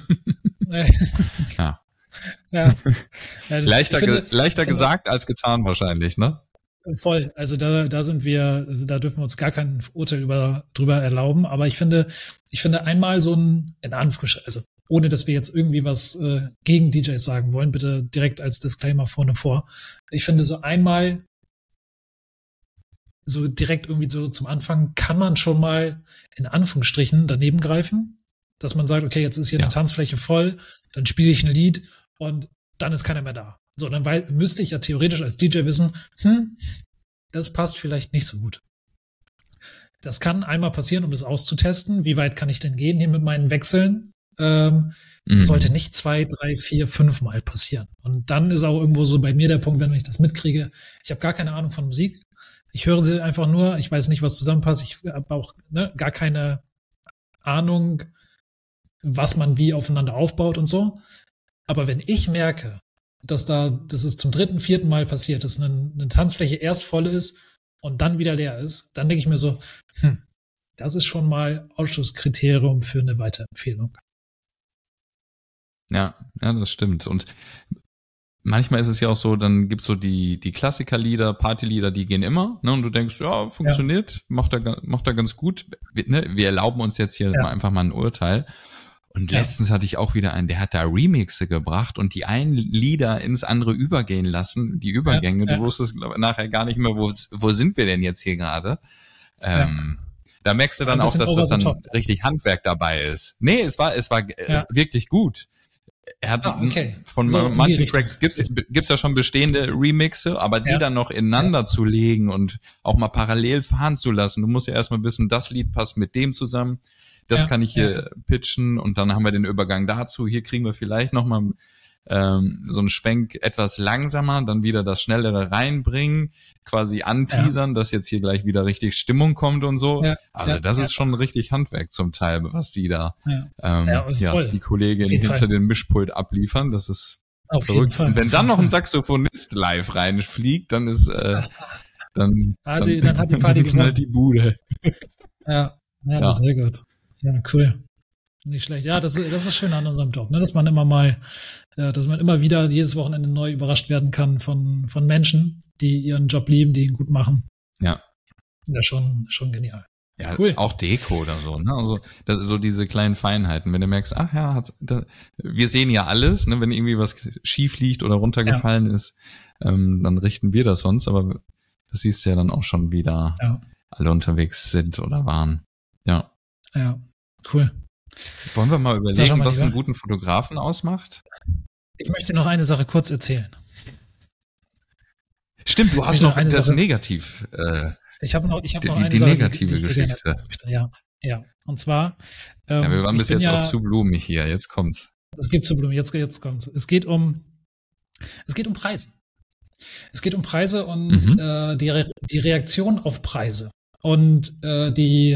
Speaker 2: ja.
Speaker 1: ja. Ja, das-
Speaker 2: Leichter,
Speaker 1: ich finde-
Speaker 2: ge leichter
Speaker 1: ich finde-
Speaker 2: gesagt als getan wahrscheinlich, ne?
Speaker 1: Voll. Also da, da sind wir, also da dürfen wir uns gar kein Urteil über, drüber erlauben. Aber ich finde, ich finde einmal so ein, in Anführungsstrichen, also ohne dass wir jetzt irgendwie was äh, gegen D Js sagen wollen, bitte direkt als Disclaimer vorne vor. Ich finde so einmal so direkt irgendwie so zum Anfang kann man schon mal in Anführungsstrichen daneben greifen, dass man sagt, okay, jetzt ist hier ja. eine Tanzfläche voll, dann spiele ich ein Lied und dann ist keiner mehr da. So, dann weil, müsste ich ja theoretisch als D J wissen, hm, das passt vielleicht nicht so gut. Das kann einmal passieren, um das auszutesten. Wie weit kann ich denn gehen hier mit meinen Wechseln? Ähm, das mhm. sollte nicht zwei, drei, vier, fünf Mal passieren. Und dann ist auch irgendwo so bei mir der Punkt, wenn ich das mitkriege, ich habe gar keine Ahnung von Musik. Ich höre sie einfach nur, ich weiß nicht, was zusammenpasst. Ich habe auch ne, gar keine Ahnung, was man wie aufeinander aufbaut und so. Aber wenn ich merke, dass da, dass es zum dritten, vierten Mal passiert, dass eine, eine Tanzfläche erst voll ist und dann wieder leer ist, dann denke ich mir so, hm, das ist schon mal Ausschlusskriterium für eine Weiterempfehlung.
Speaker 2: Ja, ja, das stimmt. Und manchmal ist es ja auch so, dann gibt's so die die Klassikerlieder, Partylieder, die gehen immer, ne? Und du denkst, ja, funktioniert, ja. macht er macht er ganz gut. Wir, ne? Wir erlauben uns jetzt hier ja. mal einfach mal ein Urteil. Und ja. letztens hatte ich auch wieder einen, der hat da Remixe gebracht und die einen Lieder ins andere übergehen lassen, die Übergänge. Ja, ja. Du wusstest nachher gar nicht mehr, wo wo sind wir denn jetzt hier gerade? Ähm, ja. Da merkst du dann auch, dass das dann top. richtig Handwerk dabei ist. Nee, es war es war ja. wirklich gut. Er hat ah, okay. von so, manchen Tracks gibt's gibt's ja schon bestehende Remixe, aber die ja. dann noch ineinander ja. zu legen und auch mal parallel fahren zu lassen. Du musst ja erstmal wissen, das Lied passt mit dem zusammen. Das ja, kann ich hier ja. pitchen und dann haben wir den Übergang dazu. Hier kriegen wir vielleicht nochmal ähm, so einen Schwenk etwas langsamer, dann wieder das Schnellere reinbringen, quasi anteasern, ja. dass jetzt hier gleich wieder richtig Stimmung kommt und so. Ja, also ja, das ja. ist schon richtig Handwerk zum Teil, was die da ja. Ähm, ja, ja, die Kollegin hinter Fall. den Mischpult abliefern. Das ist Auf verrückt. Und wenn dann noch ein Saxophonist live reinfliegt, dann ist äh, dann,
Speaker 1: also, dann, dann hat die Party
Speaker 2: knallt die Bude.
Speaker 1: Ja, ja, das ist sehr gut. Ja, cool. Nicht schlecht. Ja, das ist, das ist schön an unserem Job, ne? Dass man immer mal, äh, dass man immer wieder jedes Wochenende neu überrascht werden kann von, von Menschen, die ihren Job lieben, die ihn gut machen.
Speaker 2: Ja.
Speaker 1: Ja, schon, schon genial.
Speaker 2: Ja, cool. Auch Deko oder so, ne? Also, das ist so diese kleinen Feinheiten. Wenn du merkst, ach ja, hat, da, wir sehen ja alles, ne? Wenn irgendwie was schief liegt oder runtergefallen ja. ist, ähm, dann richten wir das sonst, aber das siehst du ja dann auch schon, wie da ja. alle unterwegs sind oder waren. Ja.
Speaker 1: Ja, cool.
Speaker 2: Wollen wir mal überlegen, mal was einen guten Fotografen ausmacht?
Speaker 1: Ich möchte noch eine Sache kurz erzählen.
Speaker 2: Stimmt, du hast noch eine das Sache, Negativ. Äh,
Speaker 1: ich habe noch, ich habe noch
Speaker 2: die,
Speaker 1: eine
Speaker 2: die
Speaker 1: Sache,
Speaker 2: negative
Speaker 1: die, die
Speaker 2: Geschichte.
Speaker 1: Ja, ja. Und zwar.
Speaker 2: Ähm, ja, wir waren bis jetzt ja, auch zu blumig hier. Jetzt kommt's.
Speaker 1: Es geht zu blumig. Jetzt, jetzt kommt's. Es geht um, es geht um Preise. Es geht um Preise und mhm. äh, die Re- die Reaktion auf Preise und äh, die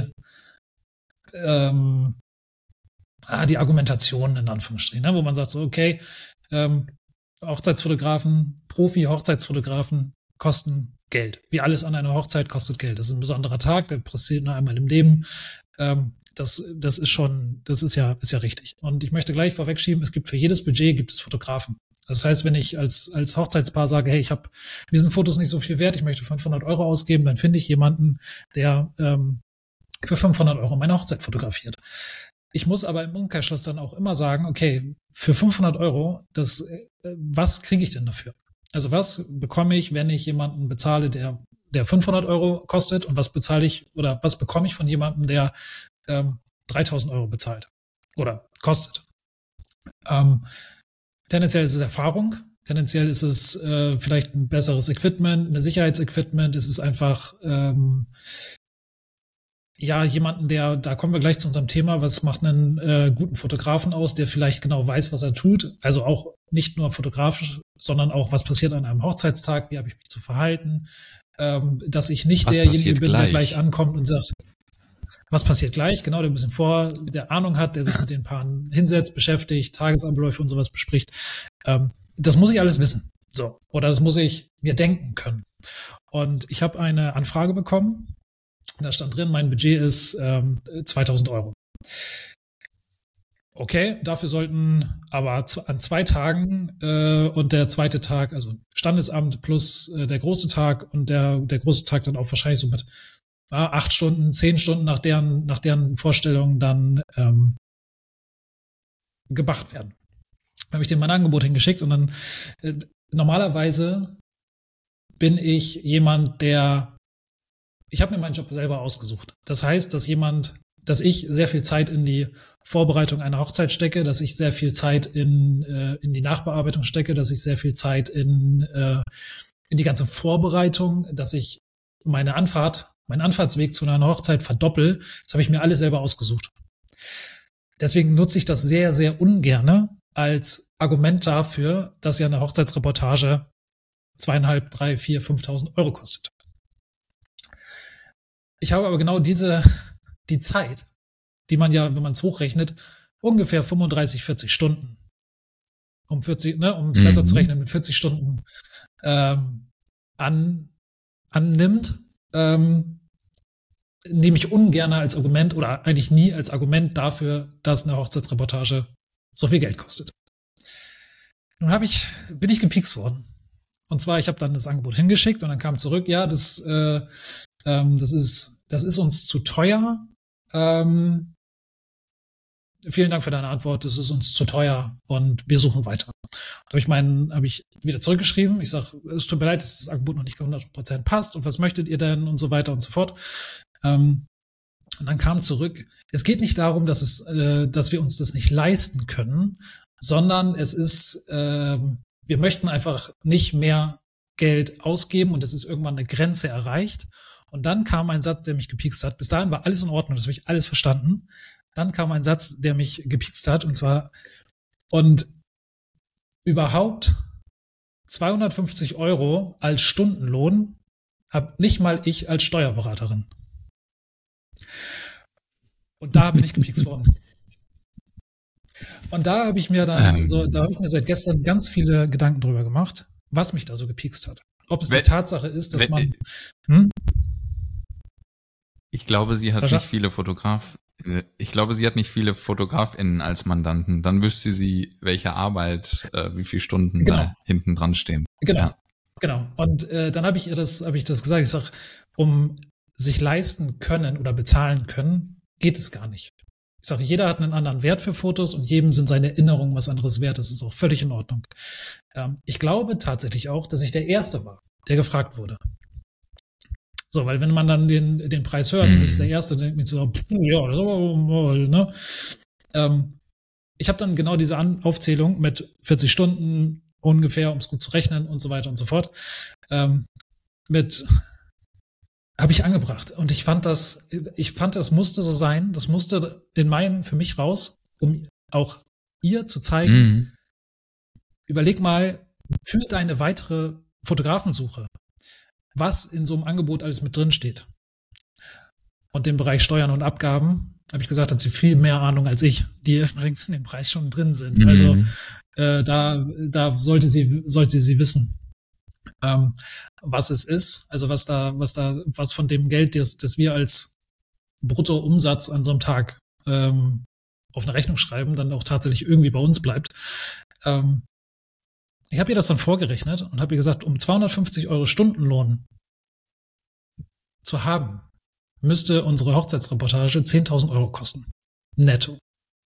Speaker 1: ähm, ah, die Argumentation in Anführungsstrichen, ne, wo man sagt so, okay, ähm, Hochzeitsfotografen, Profi-Hochzeitsfotografen kosten Geld. Wie alles an einer Hochzeit kostet Geld. Das ist ein besonderer Tag, der passiert nur einmal im Leben. Ähm, das, das ist schon, das ist ja, ist ja richtig. Und ich möchte gleich vorwegschieben, es gibt für jedes Budget gibt es Fotografen. Das heißt, wenn ich als, als Hochzeitspaar sage, hey, ich habe diesen Fotos nicht so viel wert, ich möchte fünfhundert Euro ausgeben, dann finde ich jemanden, der ähm, für fünfhundert Euro meine Hochzeit fotografiert. Ich muss aber im Umkehrschluss dann auch immer sagen, okay, für fünfhundert Euro, das, was kriege ich denn dafür? Also was bekomme ich, wenn ich jemanden bezahle, der, der fünfhundert Euro kostet und was bezahle ich oder was bekomme ich von jemandem, der ähm, dreitausend Euro bezahlt oder kostet? Ähm, tendenziell ist es Erfahrung, tendenziell ist es äh, vielleicht ein besseres Equipment, eine Sicherheitsequipment, es ist einfach ähm, ja, jemanden, der, da kommen wir gleich zu unserem Thema, was macht einen äh, guten Fotografen aus, der vielleicht genau weiß, was er tut. Also auch nicht nur fotografisch, sondern auch, was passiert an einem Hochzeitstag, wie habe ich mich zu verhalten, ähm, dass ich nicht was derjenige bin, gleich? der gleich ankommt und sagt, was passiert gleich, genau, der ein bisschen vor, der Ahnung hat, der sich mit den Paaren hinsetzt, beschäftigt, Tagesabläufe und sowas bespricht. Ähm, das muss ich alles wissen. So. Oder das muss ich mir denken können. Und ich habe eine Anfrage bekommen. Da stand drin, mein Budget ist ähm, zweitausend Euro. Okay, dafür sollten aber an zwei Tagen äh, und der zweite Tag, also Standesamt plus äh, der große Tag und der der große Tag dann auch wahrscheinlich so mit äh, acht Stunden, zehn Stunden nach deren nach deren Vorstellung dann ähm, gemacht werden. Da habe ich denen mein Angebot hingeschickt und dann äh, normalerweise bin ich jemand, der ich habe mir meinen Job selber ausgesucht. Das heißt, dass jemand, dass ich sehr viel Zeit in die Vorbereitung einer Hochzeit stecke, dass ich sehr viel Zeit in äh, in die Nachbearbeitung stecke, dass ich sehr viel Zeit in äh, in die ganze Vorbereitung, dass ich meine Anfahrt, meinen Anfahrtsweg zu einer Hochzeit verdoppel. Das habe ich mir alles selber ausgesucht. Deswegen nutze ich das sehr, sehr ungerne als Argument dafür, dass ja eine Hochzeitsreportage zweieinhalb, drei, vier, fünftausend Euro kostet. Ich habe aber genau diese, die Zeit, die man ja, wenn man es hochrechnet, ungefähr fünfunddreißig, vierzig Stunden, um vierzig, ne, um es mhm. besser zu rechnen, mit vierzig Stunden ähm, an, annimmt, ähm, nehme ich ungern als Argument oder eigentlich nie als Argument dafür, dass eine Hochzeitsreportage so viel Geld kostet. Nun habe ich, bin ich gepiekst worden. Und zwar, ich habe dann das Angebot hingeschickt und dann kam zurück, ja, das, äh, ähm, das ist, das ist uns zu teuer. Ähm, vielen Dank für deine Antwort, das ist uns zu teuer und wir suchen weiter. Habe ich meinen, habe ich wieder zurückgeschrieben. Ich sage, es tut mir leid, dass das Angebot noch nicht hundert Prozent passt und was möchtet ihr denn und so weiter und so fort. Ähm, und dann kam zurück, es geht nicht darum, dass es, äh, dass wir uns das nicht leisten können, sondern es ist, äh, wir möchten einfach nicht mehr Geld ausgeben und es ist irgendwann eine Grenze erreicht. Und dann kam ein Satz, der mich gepiekst hat. Bis dahin war alles in Ordnung, das habe ich alles verstanden. Dann kam ein Satz, der mich gepiekst hat und zwar, und überhaupt zweihundertfünfzig Euro als Stundenlohn hab nicht mal ich als Steuerberaterin. Und da bin ich gepiekst worden. Und da habe ich mir dann
Speaker 2: ähm.
Speaker 1: so, da habe ich mir seit gestern ganz viele Gedanken drüber gemacht, was mich da so gepiekst hat. Ob es
Speaker 2: wenn,
Speaker 1: die Tatsache ist, dass
Speaker 2: wenn,
Speaker 1: man. Hm?
Speaker 2: Ich glaube, sie hat
Speaker 1: Sascha?
Speaker 2: nicht viele Fotograf. Ich glaube, sie hat nicht viele FotografInnen als Mandanten. Dann wüsste sie, welche Arbeit, äh, wie viele Stunden
Speaker 1: genau.
Speaker 2: da hinten dran stehen.
Speaker 1: Genau,
Speaker 2: ja.
Speaker 1: genau. Und äh, dann habe ich ihr das, habe ich das gesagt. Ich sage, um sich leisten können oder bezahlen können, geht es gar nicht. Ich sage, jeder hat einen anderen Wert für Fotos und jedem sind seine Erinnerungen was anderes wert. Das ist auch völlig in Ordnung. Ähm, ich glaube tatsächlich auch, dass ich der Erste war, der gefragt wurde. So, weil wenn man dann den, den Preis hört, und das ist der Erste, dann denkt man so, pff, ja, das ist aber, ne? Ähm, ich habe dann genau diese An- Aufzählung mit vierzig Stunden ungefähr, um es gut zu rechnen und so weiter und so fort, ähm, mit habe ich angebracht. Und ich fand das, ich fand, das musste so sein, das musste in meinem, für mich raus, um auch ihr zu zeigen,
Speaker 2: Mhm.
Speaker 1: überleg mal, für deine weitere Fotografensuche, was in so einem Angebot alles mit drin steht. Und den Bereich Steuern und Abgaben, habe ich gesagt, hat sie viel mehr Ahnung als ich, die übrigens in dem Preis schon drin sind.
Speaker 2: Mhm.
Speaker 1: Also äh, da, da sollte sie, sollte sie wissen, ähm, was es ist, also was da, was da, was von dem Geld, das, das wir als Bruttoumsatz an so einem Tag ähm, auf eine Rechnung schreiben, dann auch tatsächlich irgendwie bei uns bleibt. Ähm, ich habe ihr das dann vorgerechnet und habe ihr gesagt, um zweihundertfünfzig Euro Stundenlohn zu haben, müsste unsere Hochzeitsreportage zehntausend Euro kosten. Netto.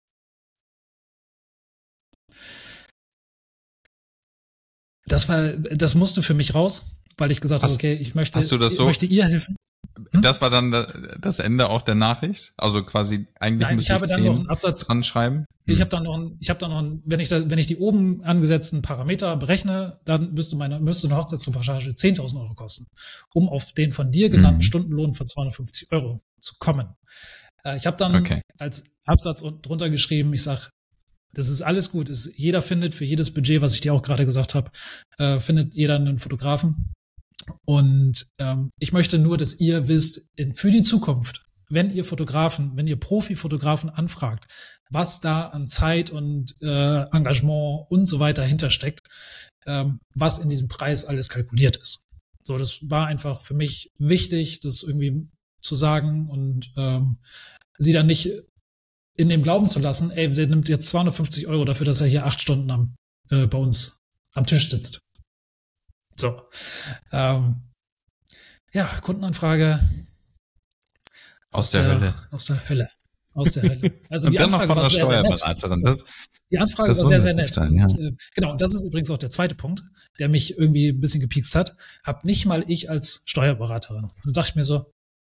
Speaker 1: Das war, das musste für mich raus, weil ich gesagt
Speaker 2: hast,
Speaker 1: habe, okay, ich möchte,
Speaker 2: hast du das
Speaker 1: ich
Speaker 2: so,
Speaker 1: möchte ihr helfen. Hm?
Speaker 2: Das war dann das Ende auch der Nachricht? Also quasi eigentlich
Speaker 1: Nein,
Speaker 2: müsste
Speaker 1: ich habe
Speaker 2: ich
Speaker 1: dann noch
Speaker 2: zehn
Speaker 1: einen Absatz
Speaker 2: dran schreiben.
Speaker 1: Ich
Speaker 2: Hm.
Speaker 1: habe dann noch, ein, ich habe dann noch, ein, wenn ich da, wenn ich die oben angesetzten Parameter berechne, dann müsste meine, müsste eine Hochzeitsreportage zehntausend Euro kosten, um auf den von dir genannten
Speaker 2: Mhm.
Speaker 1: Stundenlohn von zweihundertfünfzig Euro zu kommen. Äh, ich habe dann
Speaker 2: Okay.
Speaker 1: als Absatz drunter geschrieben, ich sag, das ist alles gut. Es, jeder findet für jedes Budget, was ich dir auch gerade gesagt habe, äh, findet jeder einen Fotografen. Und ähm, ich möchte nur, dass ihr wisst, in, für die Zukunft, wenn ihr Fotografen, wenn ihr Profi-Fotografen anfragt, was da an Zeit und äh, Engagement und so weiter hintersteckt, ähm, was in diesem Preis alles kalkuliert ist. So, das war einfach für mich wichtig, das irgendwie zu sagen und ähm, sie dann nicht in dem Glauben zu lassen, ey, der nimmt jetzt zweihundertfünfzig Euro dafür, dass er hier acht Stunden am, äh, bei uns am Tisch sitzt. So. Ähm, ja, Kundenanfrage
Speaker 2: Aus der Hölle.
Speaker 1: Aus der Hölle. Aus der Hölle. Also
Speaker 2: Und
Speaker 1: die
Speaker 2: dann noch
Speaker 1: Anfrage
Speaker 2: von
Speaker 1: war
Speaker 2: der
Speaker 1: sehr, sehr nett.
Speaker 2: Steuerberaterin. Das,
Speaker 1: Die Anfrage
Speaker 2: das
Speaker 1: war sehr, sehr
Speaker 2: wundert
Speaker 1: nett.
Speaker 2: mich dann, ja.
Speaker 1: Und, äh, genau, und das ist übrigens auch der zweite Punkt, der mich irgendwie ein bisschen gepiekst hat. Hab nicht mal ich als Steuerberaterin. Und da dachte ich mir so,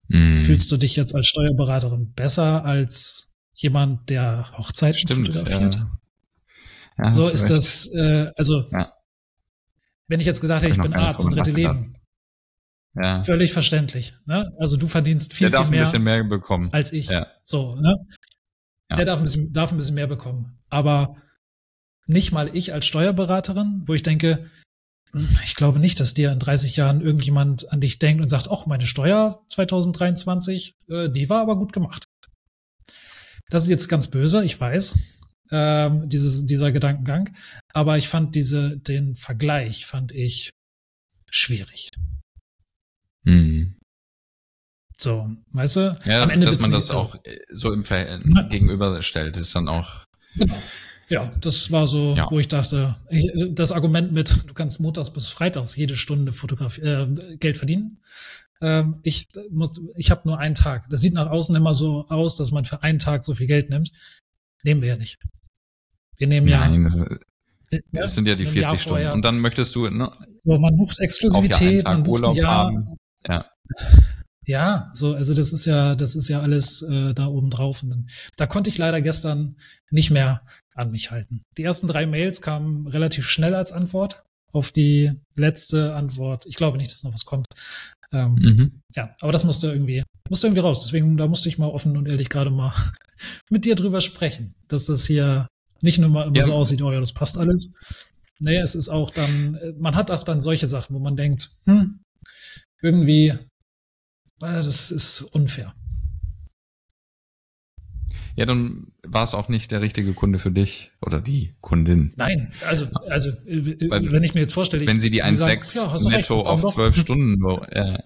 Speaker 1: Mhm. Fühlst du dich jetzt als Steuerberaterin besser als jemand, der Hochzeiten
Speaker 2: Stimmt,
Speaker 1: fotografiert?
Speaker 2: Ja. Ja,
Speaker 1: so
Speaker 2: hast
Speaker 1: ist
Speaker 2: recht.
Speaker 1: das, äh, also
Speaker 2: Ja.
Speaker 1: wenn ich jetzt gesagt hätte,
Speaker 2: Hab
Speaker 1: ich
Speaker 2: ich
Speaker 1: bin
Speaker 2: noch gar nicht
Speaker 1: Arzt und
Speaker 2: drüber
Speaker 1: rette
Speaker 2: nachgedacht.
Speaker 1: Leben,
Speaker 2: Ja.
Speaker 1: völlig verständlich. Ne? Also du verdienst viel,
Speaker 2: Der darf
Speaker 1: viel
Speaker 2: ein bisschen
Speaker 1: mehr
Speaker 2: mehr bekommen.
Speaker 1: als ich.
Speaker 2: Ja.
Speaker 1: So, ne?
Speaker 2: Ja.
Speaker 1: Der darf ein, bisschen, darf ein bisschen mehr bekommen. Aber nicht mal ich als Steuerberaterin, wo ich denke, ich glaube nicht, dass dir in dreißig Jahren irgendjemand an dich denkt und sagt, ach, meine Steuer zwanzig dreiundzwanzig, äh, die war aber gut gemacht. Das ist jetzt ganz böse, ich weiß, ähm, dieses, dieser Gedankengang. Aber ich fand diese, den Vergleich fand ich schwierig.
Speaker 2: Mhm.
Speaker 1: So, weißt du?
Speaker 2: Ja,
Speaker 1: am Ende
Speaker 2: dass man
Speaker 1: nicht,
Speaker 2: das
Speaker 1: also,
Speaker 2: auch so im Verhältnis
Speaker 1: ja.
Speaker 2: gegenüberstellt, ist dann auch.
Speaker 1: Genau. Ja, das war so,
Speaker 2: Ja.
Speaker 1: wo ich dachte, ich, das Argument mit, du kannst montags bis freitags jede Stunde Fotografie, äh, Geld verdienen. Ähm, ich muss, ich habe nur einen Tag. Das sieht nach außen immer so aus, dass man für einen Tag so viel Geld nimmt. Nehmen wir ja nicht. Wir nehmen
Speaker 2: Nein,
Speaker 1: ja.
Speaker 2: Das sind ja die
Speaker 1: ein
Speaker 2: vierzig
Speaker 1: Jahr
Speaker 2: Stunden.
Speaker 1: vorher.
Speaker 2: Und dann möchtest du ne,
Speaker 1: So, man bucht
Speaker 2: auch ja einen
Speaker 1: Exklusivität, man
Speaker 2: Tag
Speaker 1: bucht
Speaker 2: Urlaub
Speaker 1: ein Jahr.
Speaker 2: haben. Ja.
Speaker 1: Ja, so, also das ist ja, das ist ja alles äh, da oben drauf. Und dann, da konnte ich leider gestern nicht mehr an mich halten. Die ersten drei Mails kamen relativ schnell als Antwort auf die letzte Antwort. Ich glaube nicht, dass noch was kommt. Ähm,
Speaker 2: Mhm.
Speaker 1: Ja, aber das musste irgendwie, musste irgendwie raus. Deswegen, da musste ich mal offen und ehrlich gerade mal mit dir drüber sprechen, dass das hier nicht nur mal immer
Speaker 2: Ja.
Speaker 1: so aussieht, oh ja, das passt alles. Nee, es ist auch dann, man hat auch dann solche Sachen, wo man denkt, hm, irgendwie, das ist unfair.
Speaker 2: Ja, dann war es auch nicht der richtige Kunde für dich oder die Kundin.
Speaker 1: Nein, also, also äh,
Speaker 2: Weil,
Speaker 1: wenn ich mir jetzt vorstelle,
Speaker 2: wenn
Speaker 1: ich,
Speaker 2: sie die eins Komma sechs
Speaker 1: ja, hast du recht,
Speaker 2: netto
Speaker 1: das
Speaker 2: auf
Speaker 1: doch.
Speaker 2: zwölf Stunden, äh,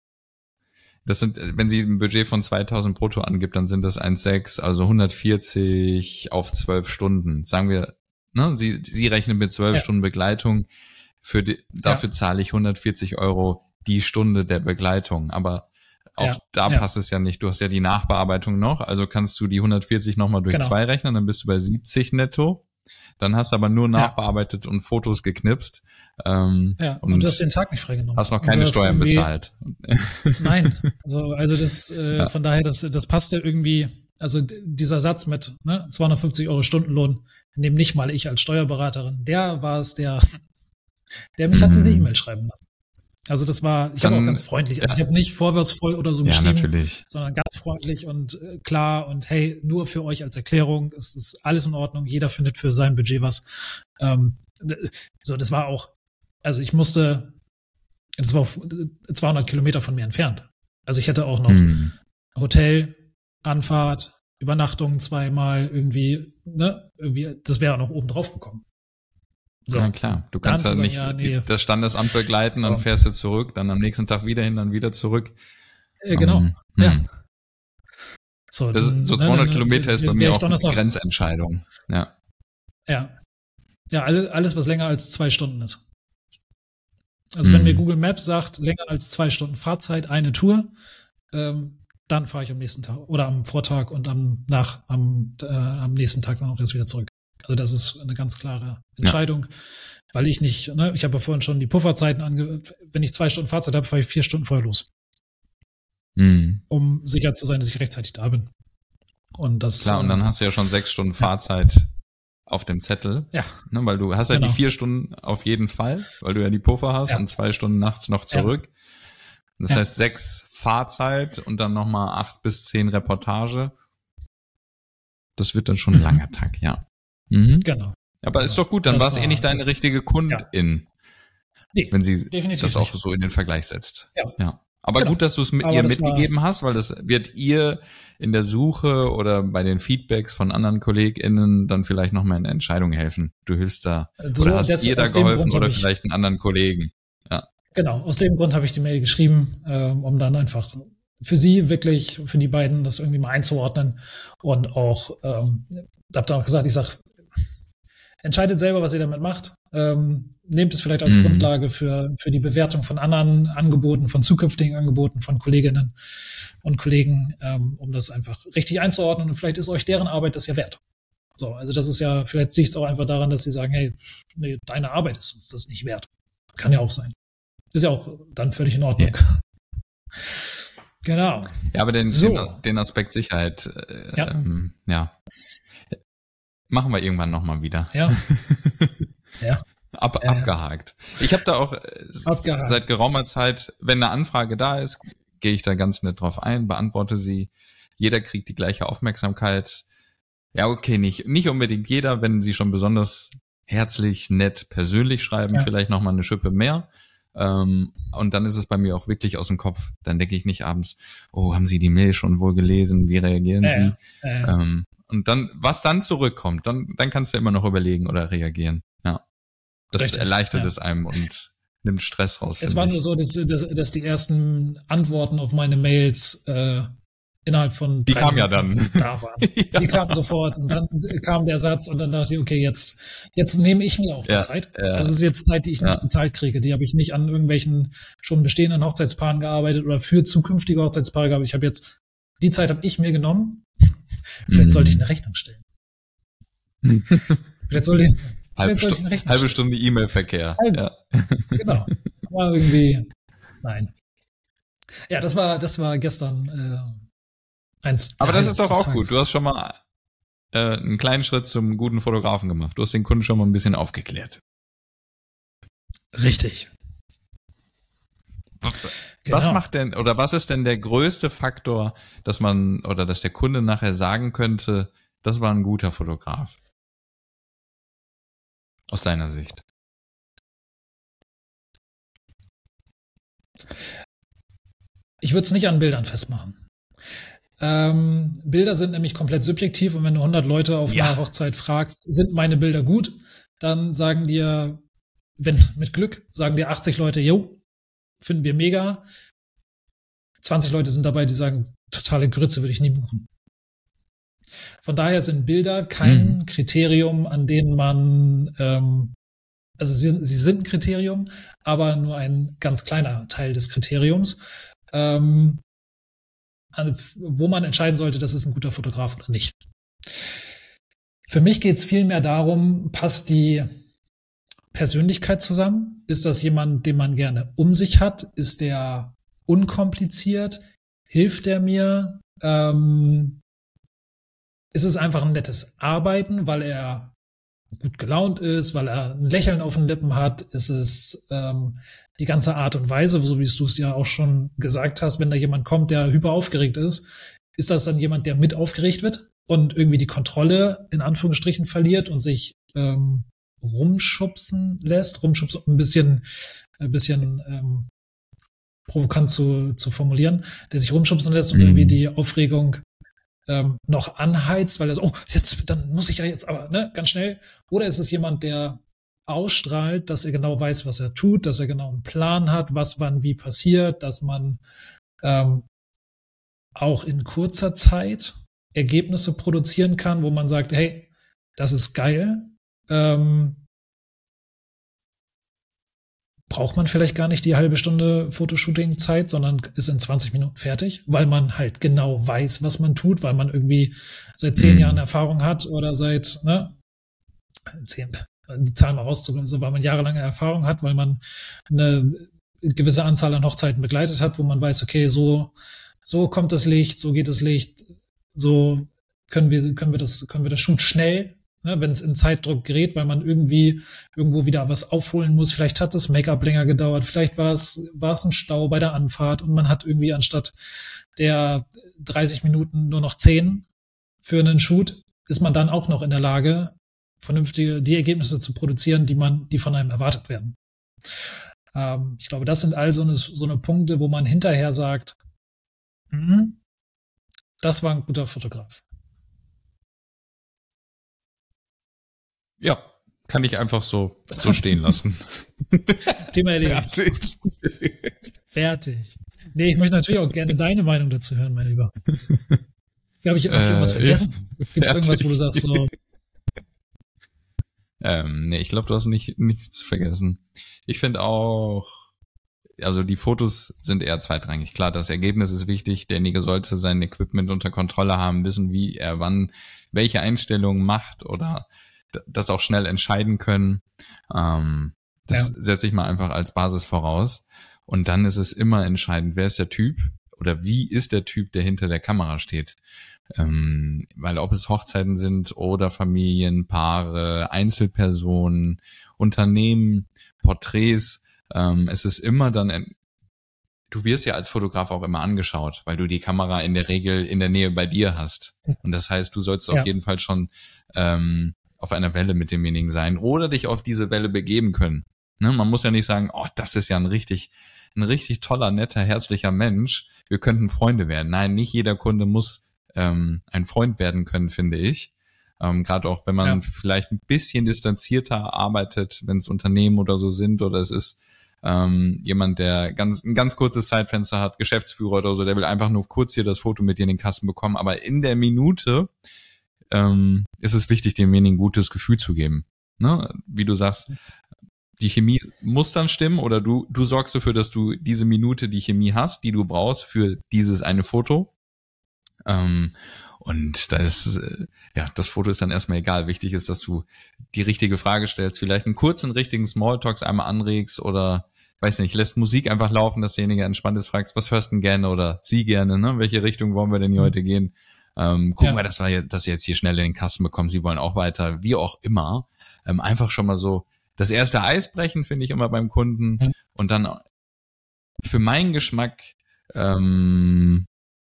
Speaker 2: das sind, wenn sie ein Budget von zweitausend brutto angibt, dann sind das eins Komma sechs, also hundertvierzig auf zwölf Stunden. Sagen wir, ne, sie, sie rechnet mit zwölf
Speaker 1: Ja.
Speaker 2: Stunden Begleitung. Für die, dafür
Speaker 1: Ja.
Speaker 2: zahle ich hundertvierzig Euro die Stunde der Begleitung. Aber auch
Speaker 1: Ja.
Speaker 2: da
Speaker 1: Ja.
Speaker 2: passt es ja nicht. Du hast ja die Nachbearbeitung noch, also kannst du die hundertvierzig nochmal durch
Speaker 1: Genau.
Speaker 2: zwei rechnen, dann bist du bei siebzig netto. Dann hast du aber nur nachbearbeitet und Fotos geknipst. Ähm,
Speaker 1: Ja, und,
Speaker 2: und
Speaker 1: du hast den Tag nicht freigenommen.
Speaker 2: hast noch
Speaker 1: Und
Speaker 2: keine
Speaker 1: du hast
Speaker 2: Steuern
Speaker 1: irgendwie-
Speaker 2: bezahlt.
Speaker 1: Nein, also, also das, äh,
Speaker 2: Ja.
Speaker 1: von daher, das, das passt ja irgendwie, also d- dieser Satz mit ne, zweihundertfünfzig Euro Stundenlohn, in dem nicht mal ich als Steuerberaterin, der war es, der, der mich
Speaker 2: Mhm.
Speaker 1: hat diese E-Mail schreiben lassen. Also das war, ich habe
Speaker 2: Dann-
Speaker 1: auch ganz freundlich, also
Speaker 2: ja.
Speaker 1: ich habe nicht vorwärtsvoll oder so
Speaker 2: Ja,
Speaker 1: geschrieben,
Speaker 2: natürlich.
Speaker 1: sondern ganz freundlich und äh, klar und hey, nur für euch als Erklärung, es ist alles in Ordnung, jeder findet für sein Budget was. Ähm, d- so, das war auch, also ich musste, das war auf zweihundert Kilometer von mir entfernt. Also ich hätte auch noch
Speaker 2: Mhm.
Speaker 1: Hotel, Anfahrt, Übernachtung zweimal irgendwie, ne, irgendwie, das wäre auch noch oben drauf gekommen. So.
Speaker 2: Ja, klar. Du
Speaker 1: Dann
Speaker 2: kannst
Speaker 1: zu
Speaker 2: ja
Speaker 1: sagen,
Speaker 2: nicht
Speaker 1: ja, nee.
Speaker 2: das Standesamt begleiten, dann
Speaker 1: Ja.
Speaker 2: fährst du zurück, dann am nächsten Tag wieder hin, dann wieder zurück.
Speaker 1: Äh, genau.
Speaker 2: Ähm,
Speaker 1: Ja.
Speaker 2: hm.
Speaker 1: So,
Speaker 2: Das
Speaker 1: dann,
Speaker 2: ist, so
Speaker 1: ne,
Speaker 2: zweihundert
Speaker 1: dann
Speaker 2: Kilometer ist bei
Speaker 1: wär
Speaker 2: mir
Speaker 1: ich
Speaker 2: auch eine
Speaker 1: Donnerstag-
Speaker 2: Grenzentscheidung. Ja.
Speaker 1: Ja. Ja, alle, alles, was länger als zwei Stunden ist. Also wenn
Speaker 2: Mhm.
Speaker 1: mir Google Maps sagt, länger als zwei Stunden Fahrzeit, eine Tour, ähm, dann fahre ich am nächsten Tag oder am Vortag und am nach am, äh, am nächsten Tag dann auch erst wieder zurück. Also das ist eine ganz klare Entscheidung, weil ich nicht, ne, ich habe ja vorhin schon die Pufferzeiten ange, wenn ich zwei Stunden Fahrzeit habe, fahre ich vier Stunden vorher los,
Speaker 2: Mhm.
Speaker 1: um sicher zu sein, dass ich rechtzeitig da bin. Und das
Speaker 2: Klar, und dann
Speaker 1: äh,
Speaker 2: hast du ja schon sechs Stunden Fahrzeit auf dem Zettel.
Speaker 1: Ja.
Speaker 2: Ne, weil du hast ja
Speaker 1: Genau.
Speaker 2: die vier Stunden auf jeden Fall, weil du ja die Puffer hast
Speaker 1: Ja.
Speaker 2: und zwei Stunden nachts noch zurück. Das
Speaker 1: Ja.
Speaker 2: heißt sechs Fahrzeit und dann nochmal acht bis zehn Reportage. Das wird dann schon ein
Speaker 1: Mhm.
Speaker 2: langer Tag, ja. Mhm.
Speaker 1: genau.
Speaker 2: Aber ist doch gut, dann
Speaker 1: Das
Speaker 2: war es eh
Speaker 1: war-
Speaker 2: nicht deine
Speaker 1: das-
Speaker 2: richtige Kundin,
Speaker 1: Nee,
Speaker 2: wenn sie
Speaker 1: definitiv
Speaker 2: das auch
Speaker 1: nicht.
Speaker 2: so in den Vergleich setzt.
Speaker 1: Ja.
Speaker 2: ja. Aber
Speaker 1: Genau.
Speaker 2: gut, dass du es mit
Speaker 1: Aber
Speaker 2: ihr
Speaker 1: das war-
Speaker 2: mitgegeben hast, weil das wird ihr in der Suche oder bei den Feedbacks von anderen KollegInnen dann vielleicht nochmal in der Entscheidung helfen. Du hilfst da
Speaker 1: So,
Speaker 2: oder hast
Speaker 1: das-
Speaker 2: ihr da
Speaker 1: aus dem
Speaker 2: geholfen
Speaker 1: Grund hab
Speaker 2: oder
Speaker 1: ich-
Speaker 2: vielleicht einen anderen Kollegen.
Speaker 1: Genau, aus dem Grund habe ich die Mail geschrieben, ähm, um dann einfach für sie wirklich, für die beiden das irgendwie mal einzuordnen und auch, ähm, habe dann auch gesagt, ich sag, entscheidet selber, was ihr damit macht, ähm, nehmt es vielleicht als
Speaker 2: Mhm.
Speaker 1: Grundlage für, für die Bewertung von anderen Angeboten, von zukünftigen Angeboten, von Kolleginnen und Kollegen, ähm, um das einfach richtig einzuordnen und vielleicht ist euch deren Arbeit das ja wert. So, also das ist ja, vielleicht liegt es auch einfach daran, dass sie sagen, hey, nee, deine Arbeit ist uns das nicht wert. Kann ja auch sein. Ist ja auch dann völlig in Ordnung. Genau.
Speaker 2: Ja, aber den,
Speaker 1: So.
Speaker 2: den, den Aspekt Sicherheit, äh,
Speaker 1: Ja.
Speaker 2: Ähm, ja, machen wir irgendwann nochmal wieder.
Speaker 1: Ja. Ja.
Speaker 2: Ab,
Speaker 1: Ja, ja.
Speaker 2: abgehakt. Ich habe da auch äh,
Speaker 1: Abgehakt.
Speaker 2: seit geraumer Zeit, wenn eine Anfrage da ist, gehe ich da ganz nett drauf ein, beantworte sie. Jeder kriegt die gleiche Aufmerksamkeit. Ja, okay, nicht nicht unbedingt jeder, wenn sie schon besonders herzlich, nett, persönlich schreiben,
Speaker 1: Ja.
Speaker 2: vielleicht nochmal eine Schippe mehr. Ähm, und dann ist es bei mir auch wirklich aus dem Kopf. Dann denke ich nicht abends, oh, haben Sie die Mail schon wohl gelesen? Wie reagieren
Speaker 1: Ja,
Speaker 2: Sie?
Speaker 1: ja, ja.
Speaker 2: Ähm, und dann, was dann zurückkommt, dann, dann kannst du immer noch überlegen oder reagieren. Ja. Das
Speaker 1: Richtig,
Speaker 2: erleichtert
Speaker 1: ja.
Speaker 2: es einem und nimmt Stress raus.
Speaker 1: Es
Speaker 2: finde
Speaker 1: war
Speaker 2: ich.
Speaker 1: nur so, dass, dass, dass die ersten Antworten auf meine Mails äh, innerhalb von
Speaker 2: Die
Speaker 1: drei
Speaker 2: kamen ja
Speaker 1: Minuten
Speaker 2: dann.
Speaker 1: da waren.
Speaker 2: Ja.
Speaker 1: Die kamen sofort und dann kam der Satz und dann dachte ich, okay, jetzt, jetzt nehme ich mir auch die
Speaker 2: Ja,
Speaker 1: Zeit.
Speaker 2: ja.
Speaker 1: Also es ist jetzt Zeit, die ich
Speaker 2: Ja.
Speaker 1: nicht bezahlt kriege. Die habe ich nicht an irgendwelchen schon bestehenden Hochzeitspaaren gearbeitet oder für zukünftige Hochzeitspaare gearbeitet. Ich habe jetzt, die Zeit habe ich mir genommen. Vielleicht
Speaker 2: Mhm.
Speaker 1: sollte ich eine Rechnung stellen. Vielleicht sollte ich,
Speaker 2: Halbe,
Speaker 1: vielleicht sollte ich
Speaker 2: Stu
Speaker 1: eine Rechnung
Speaker 2: halbe
Speaker 1: stellen.
Speaker 2: Stunde E-Mail-Verkehr.
Speaker 1: Halbe-
Speaker 2: Ja.
Speaker 1: Genau. Aber irgendwie, nein. Ja, das war, das war gestern äh, eins.
Speaker 2: Aber
Speaker 1: der
Speaker 2: das ist doch
Speaker 1: Highlights des
Speaker 2: auch gut.
Speaker 1: Tages.
Speaker 2: Du hast schon mal äh, einen kleinen Schritt zum guten Fotografen gemacht. Du hast den Kunden schon mal ein bisschen aufgeklärt.
Speaker 1: Richtig.
Speaker 2: Was
Speaker 1: Genau.
Speaker 2: macht denn, oder was ist denn der größte Faktor, dass man, oder dass der Kunde nachher sagen könnte, das war ein guter Fotograf? Aus deiner Sicht.
Speaker 1: Ich würde es nicht an Bildern festmachen. Ähm, Bilder sind nämlich komplett subjektiv und wenn du hundert Leute auf
Speaker 2: Ja.
Speaker 1: einer Hochzeit fragst, sind meine Bilder gut, dann sagen dir, wenn mit Glück, sagen dir achtzig Leute, jo, finden wir mega. zwanzig Leute sind dabei, die sagen, totale Grütze, würde ich nie buchen. Von daher sind Bilder kein
Speaker 2: Mhm.
Speaker 1: Kriterium, an denen man, ähm, also sie, sie sind ein Kriterium, aber nur ein ganz kleiner Teil des Kriteriums, ähm, an, wo man entscheiden sollte, das ist ein guter Fotograf oder nicht. Für mich geht es vielmehr darum, passt die Persönlichkeit zusammen? Ist das jemand, den man gerne um sich hat? Ist der unkompliziert? Hilft der mir? Ähm, ist es einfach ein nettes Arbeiten, weil er gut gelaunt ist, weil er ein Lächeln auf den Lippen hat? Ist es ähm, die ganze Art und Weise, so wie du es ja auch schon gesagt hast, wenn da jemand kommt, der hyper aufgeregt ist, ist das dann jemand, der mit aufgeregt wird und irgendwie die Kontrolle in Anführungsstrichen verliert und sich ähm, rumschubsen lässt, rumschubsen, um ein bisschen, ein bisschen ähm, provokant zu, zu formulieren, der sich rumschubsen lässt und
Speaker 2: Mhm.
Speaker 1: irgendwie die Aufregung ähm, noch anheizt, weil er so, oh, jetzt, dann muss ich ja jetzt aber, ne, ganz schnell. Oder ist es jemand, der ausstrahlt, dass er genau weiß, was er tut, dass er genau einen Plan hat, was wann wie passiert, dass man ähm, auch in kurzer Zeit Ergebnisse produzieren kann, wo man sagt, hey, das ist geil. Ähm, braucht man vielleicht gar nicht die halbe Stunde Fotoshooting-Zeit, sondern ist in zwanzig Minuten fertig, weil man halt genau weiß, was man tut, weil man irgendwie seit zehn
Speaker 2: Mhm.
Speaker 1: Jahren Erfahrung hat oder seit, ne, zehn, die Zahlen mal rauszugehen, also weil man jahrelange Erfahrung hat, weil man eine gewisse Anzahl an Hochzeiten begleitet hat, wo man weiß, okay, so, so kommt das Licht, so geht das Licht, so können wir, können wir das, können wir das Shoot schnell, ne, wenn es in Zeitdruck gerät, weil man irgendwie irgendwo wieder was aufholen muss. Vielleicht hat das Make-up länger gedauert, vielleicht war es, war es ein Stau bei der Anfahrt und man hat irgendwie anstatt der dreißig Minuten nur noch zehn für einen Shoot, ist man dann auch noch in der Lage, vernünftige, die Ergebnisse zu produzieren, die man, die von einem erwartet werden. Ähm, ich glaube, das sind also eine, so eine Punkte, wo man hinterher sagt, hm, das war ein guter Fotograf.
Speaker 2: Ja, kann ich einfach so, so stehen lassen.
Speaker 1: Thema erledigt. Fertig. Nee, ich möchte natürlich auch gerne deine Meinung dazu hören, mein Lieber. Habe ich, hab ich irgendwas
Speaker 2: Äh,
Speaker 1: vergessen?
Speaker 2: ja,
Speaker 1: Gibt es irgendwas, wo du
Speaker 2: fertig.
Speaker 1: sagst, so,
Speaker 2: Ähm, nee, ich glaube, du hast nicht nichts vergessen. Ich finde auch, also die Fotos sind eher zweitrangig. Klar, das Ergebnis ist wichtig. Derjenige sollte sein Equipment unter Kontrolle haben, wissen, wie er wann welche Einstellungen macht oder d- das auch schnell entscheiden können. Ähm, das
Speaker 1: Ja.
Speaker 2: setze ich mal einfach als Basis voraus. Und dann ist es immer entscheidend, wer ist der Typ oder wie ist der Typ, der hinter der Kamera steht. Ähm, weil ob es Hochzeiten sind oder Familien, Paare, Einzelpersonen, Unternehmen, Porträts, ähm, es ist immer dann, ein, du wirst ja als Fotograf auch immer angeschaut, weil du die Kamera in der Regel in der Nähe bei dir hast. Und das heißt, du sollst ja auf jeden Fall schon ähm, auf einer Welle mit demjenigen sein oder dich auf diese Welle begeben können. Ne? Man muss ja nicht sagen, oh, das ist ja ein richtig, ein richtig toller, netter, herzlicher Mensch. Wir könnten Freunde werden. Nein, nicht jeder Kunde muss ähm, ein Freund werden können, finde ich. Ähm, gerade auch, wenn man ja. vielleicht ein bisschen distanzierter arbeitet, wenn es Unternehmen oder so sind oder es ist ähm, jemand, der ganz ein ganz kurzes Zeitfenster hat, Geschäftsführer oder so, der will einfach nur kurz hier das Foto mit dir in den Kasten bekommen. Aber in der Minute ähm, ist es wichtig, demjenigen ein gutes Gefühl zu geben. Ne? Wie du sagst, die Chemie muss dann stimmen oder du du sorgst dafür, dass du diese Minute die Chemie hast, die du brauchst für dieses eine Foto. Ähm, und da ist, äh, ja, das Foto ist dann erstmal egal. Wichtig ist, dass du die richtige Frage stellst, vielleicht einen kurzen, richtigen Smalltalks einmal anregst oder, weiß nicht, lässt Musik einfach laufen, dass derjenige entspannt ist, fragst, was hörst du denn gerne oder sie gerne, ne? Welche Richtung wollen wir denn hier mhm. heute gehen? Ähm, gucken ja. wir, dass wir, dass sie jetzt hier schnell in den Kasten bekommen, sie wollen auch weiter, wie auch immer. Ähm, einfach schon mal so das erste Eis brechen, finde ich immer beim Kunden mhm. und dann für meinen Geschmack, ähm,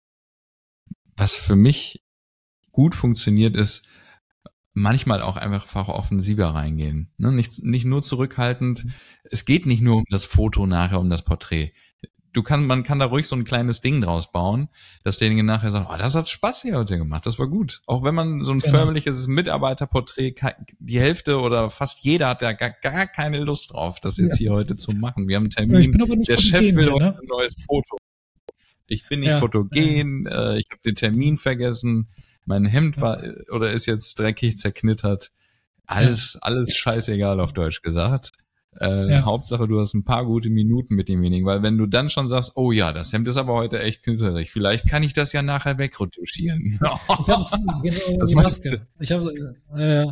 Speaker 2: was für mich gut funktioniert, ist manchmal auch einfach offensiver reingehen. Ne? Nicht, nicht nur zurückhaltend. Es geht nicht nur um das Foto nachher, um das Porträt. Du kann, man kann da ruhig so ein kleines Ding draus bauen, dass derjenige nachher sagt, oh, das hat Spaß hier heute gemacht, das war gut. Auch wenn man so ein genau. förmliches Mitarbeiterporträt, die Hälfte oder fast jeder hat da gar, gar keine Lust drauf, das jetzt ja. hier heute zu machen. Wir haben einen Termin, der Chef will heute ne? ein neues Foto. Ich bin nicht ja, fotogen, ja. Äh, ich habe den Termin vergessen, mein Hemd war oder ist jetzt dreckig zerknittert. Alles, ja. alles scheißegal auf Deutsch gesagt. Äh, ja. Hauptsache, du hast ein paar gute Minuten mit demjenigen, weil wenn du dann schon sagst, oh ja, das Hemd ist aber heute echt knitterig, vielleicht kann ich das ja nachher wegretuschieren. Ich habe das Maske. Ich habe, äh,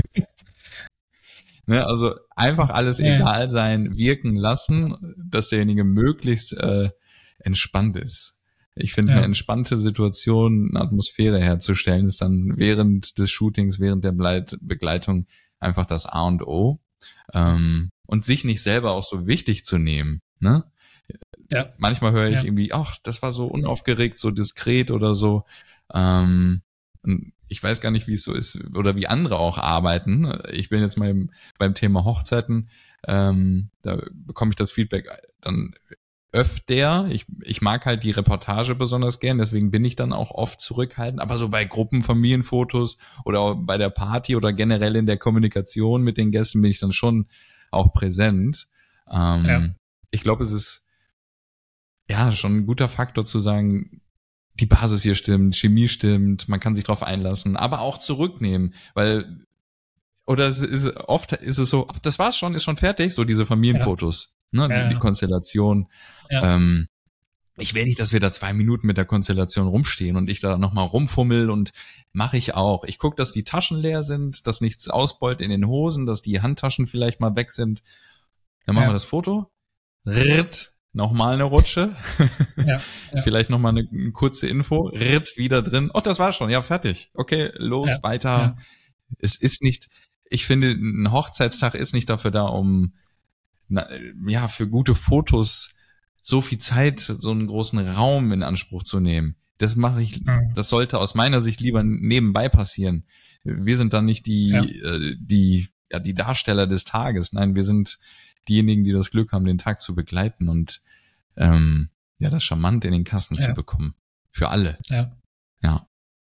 Speaker 2: ne, also einfach alles ja. egal sein, wirken lassen, dass derjenige möglichst äh, entspannt ist. Ich finde, ja. eine entspannte Situation, eine Atmosphäre herzustellen, ist dann während des Shootings, während der Begleitung einfach das A und O. Ähm, und sich nicht selber auch so wichtig zu nehmen. Ne? Ja. Manchmal höre ich ja. irgendwie, ach, das war so unaufgeregt, so diskret oder so. Ähm, und ich weiß gar nicht, wie es so ist oder wie andere auch arbeiten. Ich bin jetzt mal im, beim Thema Hochzeiten, ähm, da bekomme ich das Feedback dann öfter. Ich, ich mag halt die Reportage besonders gern, deswegen bin ich dann auch oft zurückhaltend. Aber so bei Gruppenfamilienfotos oder auch bei der Party oder generell in der Kommunikation mit den Gästen bin ich dann schon auch präsent. Ähm, ja. Ich glaube, es ist ja schon ein guter Faktor zu sagen, die Basis hier stimmt, Chemie stimmt, man kann sich drauf einlassen, aber auch zurücknehmen, weil oder es ist oft ist es so, ach, das war's schon, ist schon fertig, so diese Familienfotos, ja. ne, ja, die, die Konstellation. Ja. Ähm, ich will nicht, dass wir da zwei Minuten mit der Konstellation rumstehen und ich da nochmal rumfummel und mache ich auch. Ich gucke, dass die Taschen leer sind, dass nichts ausbeult in den Hosen, dass die Handtaschen vielleicht mal weg sind. Dann machen ja. wir das Foto. Ritt, nochmal eine Rutsche. Ja, ja. Vielleicht nochmal eine, eine kurze Info. Ritt, wieder drin. Oh, das war schon. Ja, fertig. Okay, los, ja, weiter. Ja. Es ist nicht, ich finde, ein Hochzeitstag ist nicht dafür da, um na, ja für gute Fotos so viel Zeit, so einen großen Raum in Anspruch zu nehmen. Das mache ich, mhm. das sollte aus meiner Sicht lieber nebenbei passieren. Wir sind dann nicht die, ja. äh, die, ja, die Darsteller des Tages. Nein, wir sind diejenigen, die das Glück haben, den Tag zu begleiten und ähm, ja, das charmant in den Kasten ja. zu bekommen. Für alle. Ja. Ja.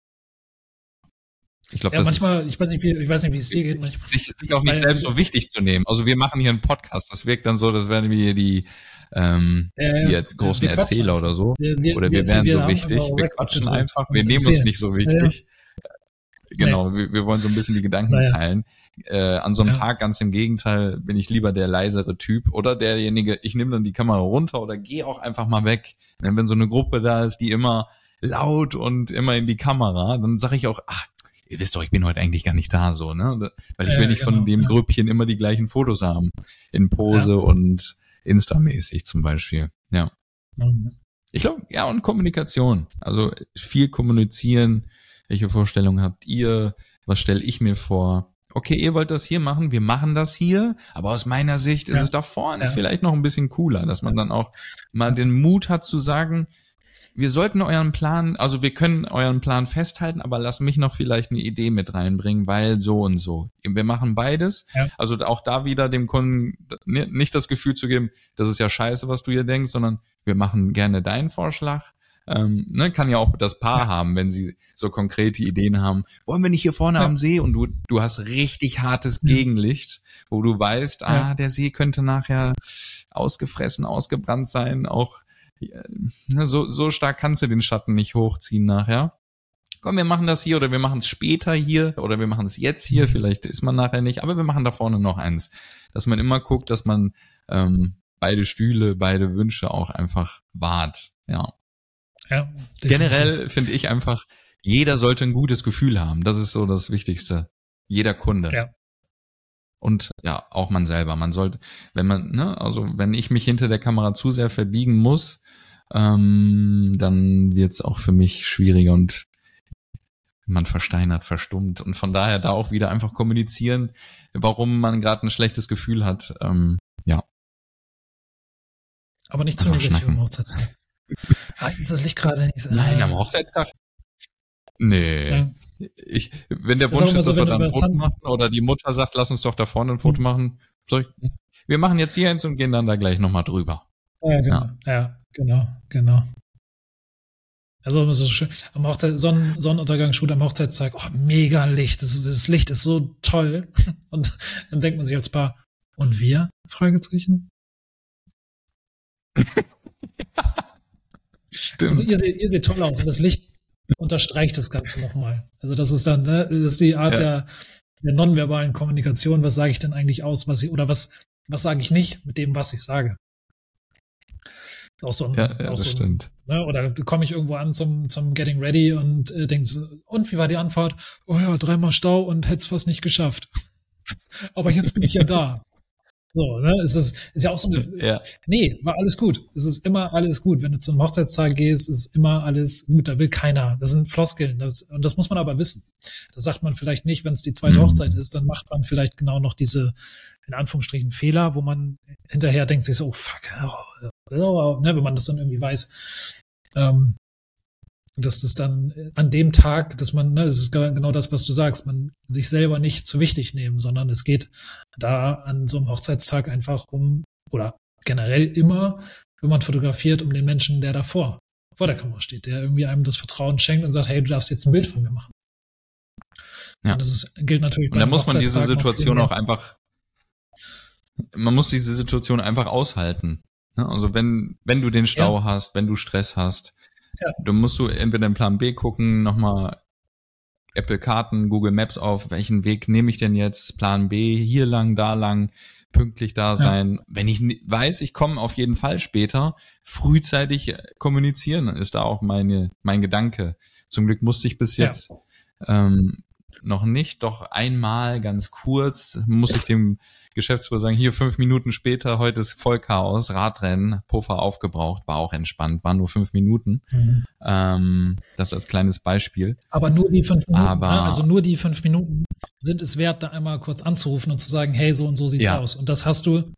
Speaker 2: Ich glaube,
Speaker 1: ja,
Speaker 2: das
Speaker 1: manchmal,
Speaker 2: ist,
Speaker 1: ich weiß nicht, wie, ich weiß nicht, wie es dir geht. Manchmal,
Speaker 2: sich, sich auch nicht weil, selbst so wichtig zu nehmen. Also wir machen hier einen Podcast. Das wirkt dann so, das wären wir hier die ähm, äh, die jetzt großen wir Erzähler oder so. Wir, wir, oder wir, wir wären so wichtig. Wir quatschen einfach. Wir nehmen uns nicht so wichtig. Ja, ja. Genau, nee. wir, wir wollen so ein bisschen die Gedanken naja. teilen. Äh, an so einem ja. Tag ganz im Gegenteil bin ich lieber der leisere Typ oder derjenige, ich nehme dann die Kamera runter oder gehe auch einfach mal weg. Wenn, wenn so eine Gruppe da ist, die immer laut und immer in die Kamera, dann sage ich auch, ach, ihr wisst doch, ich bin heute eigentlich gar nicht da, so, ne? Weil ich will nicht ja, genau, von dem ja. Grüppchen immer die gleichen Fotos haben. In Pose ja. und Insta-mäßig zum Beispiel. Ja. Ich glaube, ja, und Kommunikation. Also viel kommunizieren. Welche Vorstellungen habt ihr? Was stelle ich mir vor? Okay, ihr wollt das hier machen, wir machen das hier, aber aus meiner Sicht ist
Speaker 1: Ja.
Speaker 2: es da vorne
Speaker 1: Ja.
Speaker 2: vielleicht noch ein bisschen cooler, dass man dann auch mal den Mut hat zu sagen, wir sollten euren Plan, also wir können euren Plan festhalten, aber lass mich noch vielleicht eine Idee mit reinbringen, weil so und so. Wir machen beides.
Speaker 1: Ja.
Speaker 2: Also auch da wieder dem Kunden nicht das Gefühl zu geben, das ist ja scheiße, was du hier denkst, sondern wir machen gerne deinen Vorschlag. Ähm, ne, kann ja auch das Paar ja. haben, wenn sie so konkrete Ideen haben. Wollen wir nicht hier vorne ja. am See? Und du, du hast richtig hartes ja. Gegenlicht, wo du weißt, ja. ah, der See könnte nachher ausgefressen, ausgebrannt sein. Auch ne, so, so stark kannst du den Schatten nicht hochziehen nachher. Komm, wir machen das hier oder wir machen es später hier oder wir machen es jetzt hier. Vielleicht ist man nachher nicht, aber wir machen da vorne noch eins. Dass man immer guckt, dass man ähm, beide Stühle, beide Wünsche auch einfach wahrt. Ja.
Speaker 1: Ja,
Speaker 2: generell finde ich einfach, jeder sollte ein gutes Gefühl haben. Das ist so das Wichtigste. Jeder Kunde.
Speaker 1: Ja.
Speaker 2: Und ja, auch man selber. Man sollte, wenn man, ne, also wenn ich mich hinter der Kamera zu sehr verbiegen muss, ähm, dann wird's auch für mich schwieriger und man versteinert, verstummt. Und von daher da auch wieder einfach kommunizieren, warum man gerade ein schlechtes Gefühl hat. Ähm, ja.
Speaker 1: Aber nicht zu negativ am Hochzeitstag. Ah, ist das Licht gerade? Äh,
Speaker 2: Nein, am Hochzeitstag? Nee. Ja. Ich, wenn der Wunsch ist, so, dass wir da ein Foto machen oder die Mutter sagt, lass uns doch da vorne ein Foto mhm. machen, sag ich, wir machen jetzt hier eins und gehen dann da gleich nochmal drüber.
Speaker 1: Ja, genau. Ja. ja, genau, genau. Also immer so schön. Am Hochzeit, Sonnen, Sonnenuntergangsshoot am Hochzeitstag, oh, mega Licht. Das, ist, das Licht ist so toll. Und dann denkt man sich als Paar, und wir? Fragezeichen.
Speaker 2: Stimmt.
Speaker 1: Also ihr seht, ihr seht toll aus und das Licht unterstreicht das Ganze nochmal. Also das ist dann, ne, das ist die Art ja. der, der nonverbalen Kommunikation. Was sage ich denn eigentlich aus, was ich, oder was, was sage ich nicht mit dem, was ich sage? Auch so ein,
Speaker 2: ja, ja,
Speaker 1: auch
Speaker 2: das
Speaker 1: so ein,
Speaker 2: stimmt.
Speaker 1: Ne, oder komme ich irgendwo an zum, zum Getting Ready und äh, denke so, und wie war die Anfahrt? Oh ja, dreimal Stau und hätte es fast nicht geschafft. Aber jetzt bin ich ja da. So, ne, es ist, ist ja auch so eine,
Speaker 2: ja.
Speaker 1: nee, war alles gut. Es ist immer alles gut. Wenn du zum Hochzeitstag gehst, ist immer alles gut. Da will keiner. Das sind Floskeln. Das, und das muss man aber wissen. Das sagt man vielleicht nicht, wenn es die zweite
Speaker 2: mhm.
Speaker 1: Hochzeit ist. Dann macht man vielleicht genau noch diese, in Anführungsstrichen, Fehler, wo man hinterher denkt sich so, oh fuck, oh, oh, ne, wenn man das dann irgendwie weiß. Ähm, dass das dann an dem Tag, dass man, ne, das ist genau das, was du sagst, man sich selber nicht zu wichtig nehmen, sondern es geht da an so einem Hochzeitstag einfach um, oder generell immer, wenn man fotografiert, um den Menschen, der davor, vor der Kamera steht, der irgendwie einem das Vertrauen schenkt und sagt, hey, du darfst jetzt ein Bild von mir machen.
Speaker 2: Ja.
Speaker 1: Und das ist, gilt natürlich
Speaker 2: bei Und da muss man diese Situation auch einfach, man muss diese Situation einfach aushalten. Also wenn, wenn du den Stau ja. hast, wenn du Stress hast, ja. dann musst du entweder in Plan B gucken, nochmal Apple Karten, Google Maps auf, welchen Weg nehme ich denn jetzt, Plan B, hier lang, da lang, pünktlich da sein. Ja. Wenn ich weiß, ich komme auf jeden Fall später, frühzeitig kommunizieren, ist da auch meine, mein Gedanke. Zum Glück musste ich bis jetzt ja. ähm, noch nicht, doch einmal ganz kurz muss ich dem Geschäftsführer sagen, hier fünf Minuten später, heute ist Vollchaos, Radrennen, Puffer aufgebraucht, war auch entspannt, waren nur fünf Minuten. Mhm. Ähm, das als kleines Beispiel.
Speaker 1: Aber nur die fünf Minuten,
Speaker 2: Aber,
Speaker 1: ne? also nur die fünf Minuten sind es wert, da einmal kurz anzurufen und zu sagen, hey, so und so sieht's ja. aus. Und das hast du,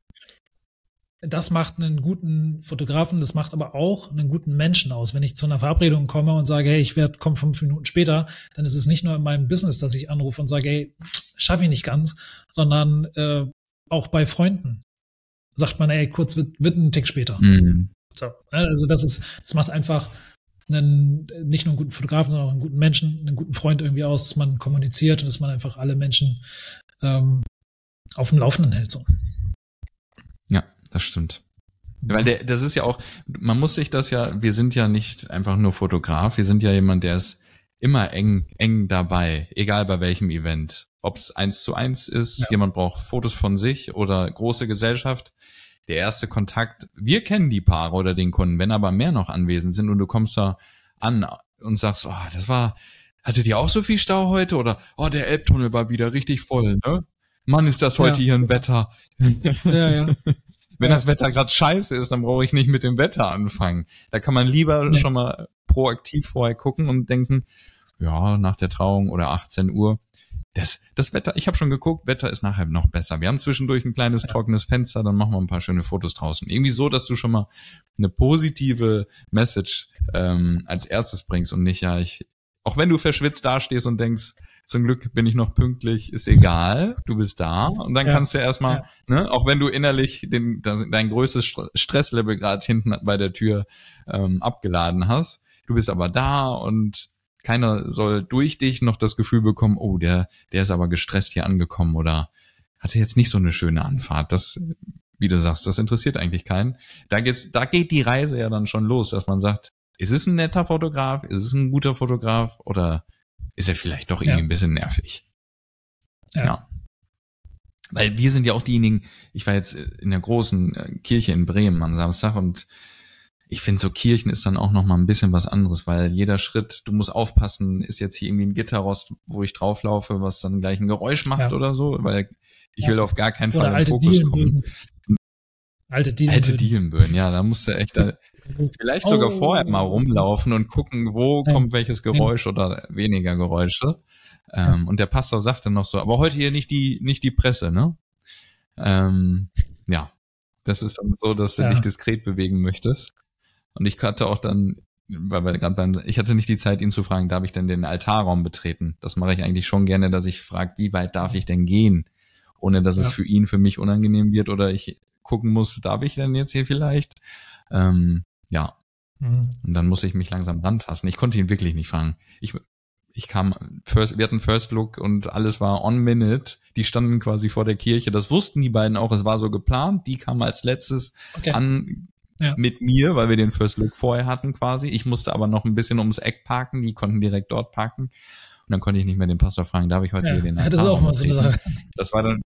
Speaker 1: das macht einen guten Fotografen, das macht aber auch einen guten Menschen aus. Wenn ich zu einer Verabredung komme und sage, hey, ich werde komme fünf Minuten später, dann ist es nicht nur in meinem Business, dass ich anrufe und sage, hey, schaffe ich nicht ganz, sondern äh, auch bei Freunden sagt man, ey, kurz wird, wird ein Tick später.
Speaker 2: Mhm.
Speaker 1: So, also das ist, das macht einfach einen, nicht nur einen guten Fotografen, sondern auch einen guten Menschen, einen guten Freund irgendwie aus, dass man kommuniziert und dass man einfach alle Menschen ähm, auf dem Laufenden hält. So.
Speaker 2: Ja, das stimmt. Weil der, das ist ja auch, man muss sich das ja, wir sind ja nicht einfach nur Fotograf, wir sind ja jemand, der ist immer eng, eng dabei, egal bei welchem Event. Ob es eins zu eins ist, ja. jemand braucht Fotos von sich oder große Gesellschaft. Der erste Kontakt, wir kennen die Paare oder den Kunden, wenn aber mehr noch anwesend sind und du kommst da an und sagst, oh, das war, hattet ihr auch so viel Stau heute? Oder, oh, der Elbtunnel war wieder richtig voll, ne? Mann, ist das heute ja. hier ein Wetter.
Speaker 1: Ja, ja.
Speaker 2: Wenn das Wetter gerade scheiße ist, dann brauche ich nicht mit dem Wetter anfangen. Da kann man lieber nee. schon mal proaktiv vorher gucken und denken, ja, nach der Trauung oder achtzehn Uhr, das, das Wetter, ich habe schon geguckt, Wetter ist nachher noch besser. Wir haben zwischendurch ein kleines ja. trockenes Fenster, dann machen wir ein paar schöne Fotos draußen. Irgendwie so, dass du schon mal eine positive Message ähm, als erstes bringst und nicht, ja, ich, auch wenn du verschwitzt dastehst und denkst, zum Glück bin ich noch pünktlich, ist egal, du bist da und dann ja. kannst du erstmal, ja. ne, auch wenn du innerlich den, dein größtes Stresslevel gerade hinten bei der Tür ähm, abgeladen hast, du bist aber da und keiner soll durch dich noch das Gefühl bekommen, oh, der der ist aber gestresst hier angekommen oder hatte jetzt nicht so eine schöne Anfahrt. Das, wie du sagst, das interessiert eigentlich keinen. Da geht's, da geht die Reise ja dann schon los, dass man sagt, ist es ein netter Fotograf, ist es ein guter Fotograf oder ist er vielleicht doch irgendwie ja. ein bisschen nervig. Ja. ja. Weil wir sind ja auch diejenigen, ich war jetzt in der großen Kirche in Bremen am Samstag und ich finde, so Kirchen ist dann auch noch mal ein bisschen was anderes, weil jeder Schritt, du musst aufpassen, ist jetzt hier irgendwie ein Gitterrost, wo ich drauflaufe, was dann gleich ein Geräusch macht ja. oder so, weil ich ja. will auf gar keinen Fall in den Fokus kommen.
Speaker 1: Alte Dielenböden.
Speaker 2: Alte Dielenböden, ja, da musst du echt da vielleicht sogar oh. vorher mal rumlaufen und gucken, wo ja. kommt welches Geräusch ja. oder weniger Geräusche. Ja. Ähm, und der Pastor sagte noch so, aber heute hier nicht die nicht die Presse, ne? Ähm, ja, das ist dann so, dass du ja. dich diskret bewegen möchtest. Und ich hatte auch dann, weil wir gerade beim, ich hatte nicht die Zeit, ihn zu fragen, darf ich denn den Altarraum betreten? Das mache ich eigentlich schon gerne, dass ich frage, wie weit darf ich denn gehen? Ohne dass ja. es für ihn, für mich unangenehm wird oder ich gucken muss, darf ich denn jetzt hier vielleicht? Ähm, ja. Mhm. Und dann muss ich mich langsam rantasten. Ich konnte ihn wirklich nicht fragen. Ich, ich kam, first, wir hatten First Look und alles war on minute. Die standen quasi vor der Kirche. Das wussten die beiden auch. Es war so geplant. Die kamen als letztes okay. an, ja. mit mir, weil wir den First Look vorher hatten quasi. Ich musste aber noch ein bisschen ums Eck parken. Die konnten direkt dort parken. Und dann konnte ich nicht mehr den Pastor fragen, darf ich heute ja, hier den Altar auch mal so eine Das war dann,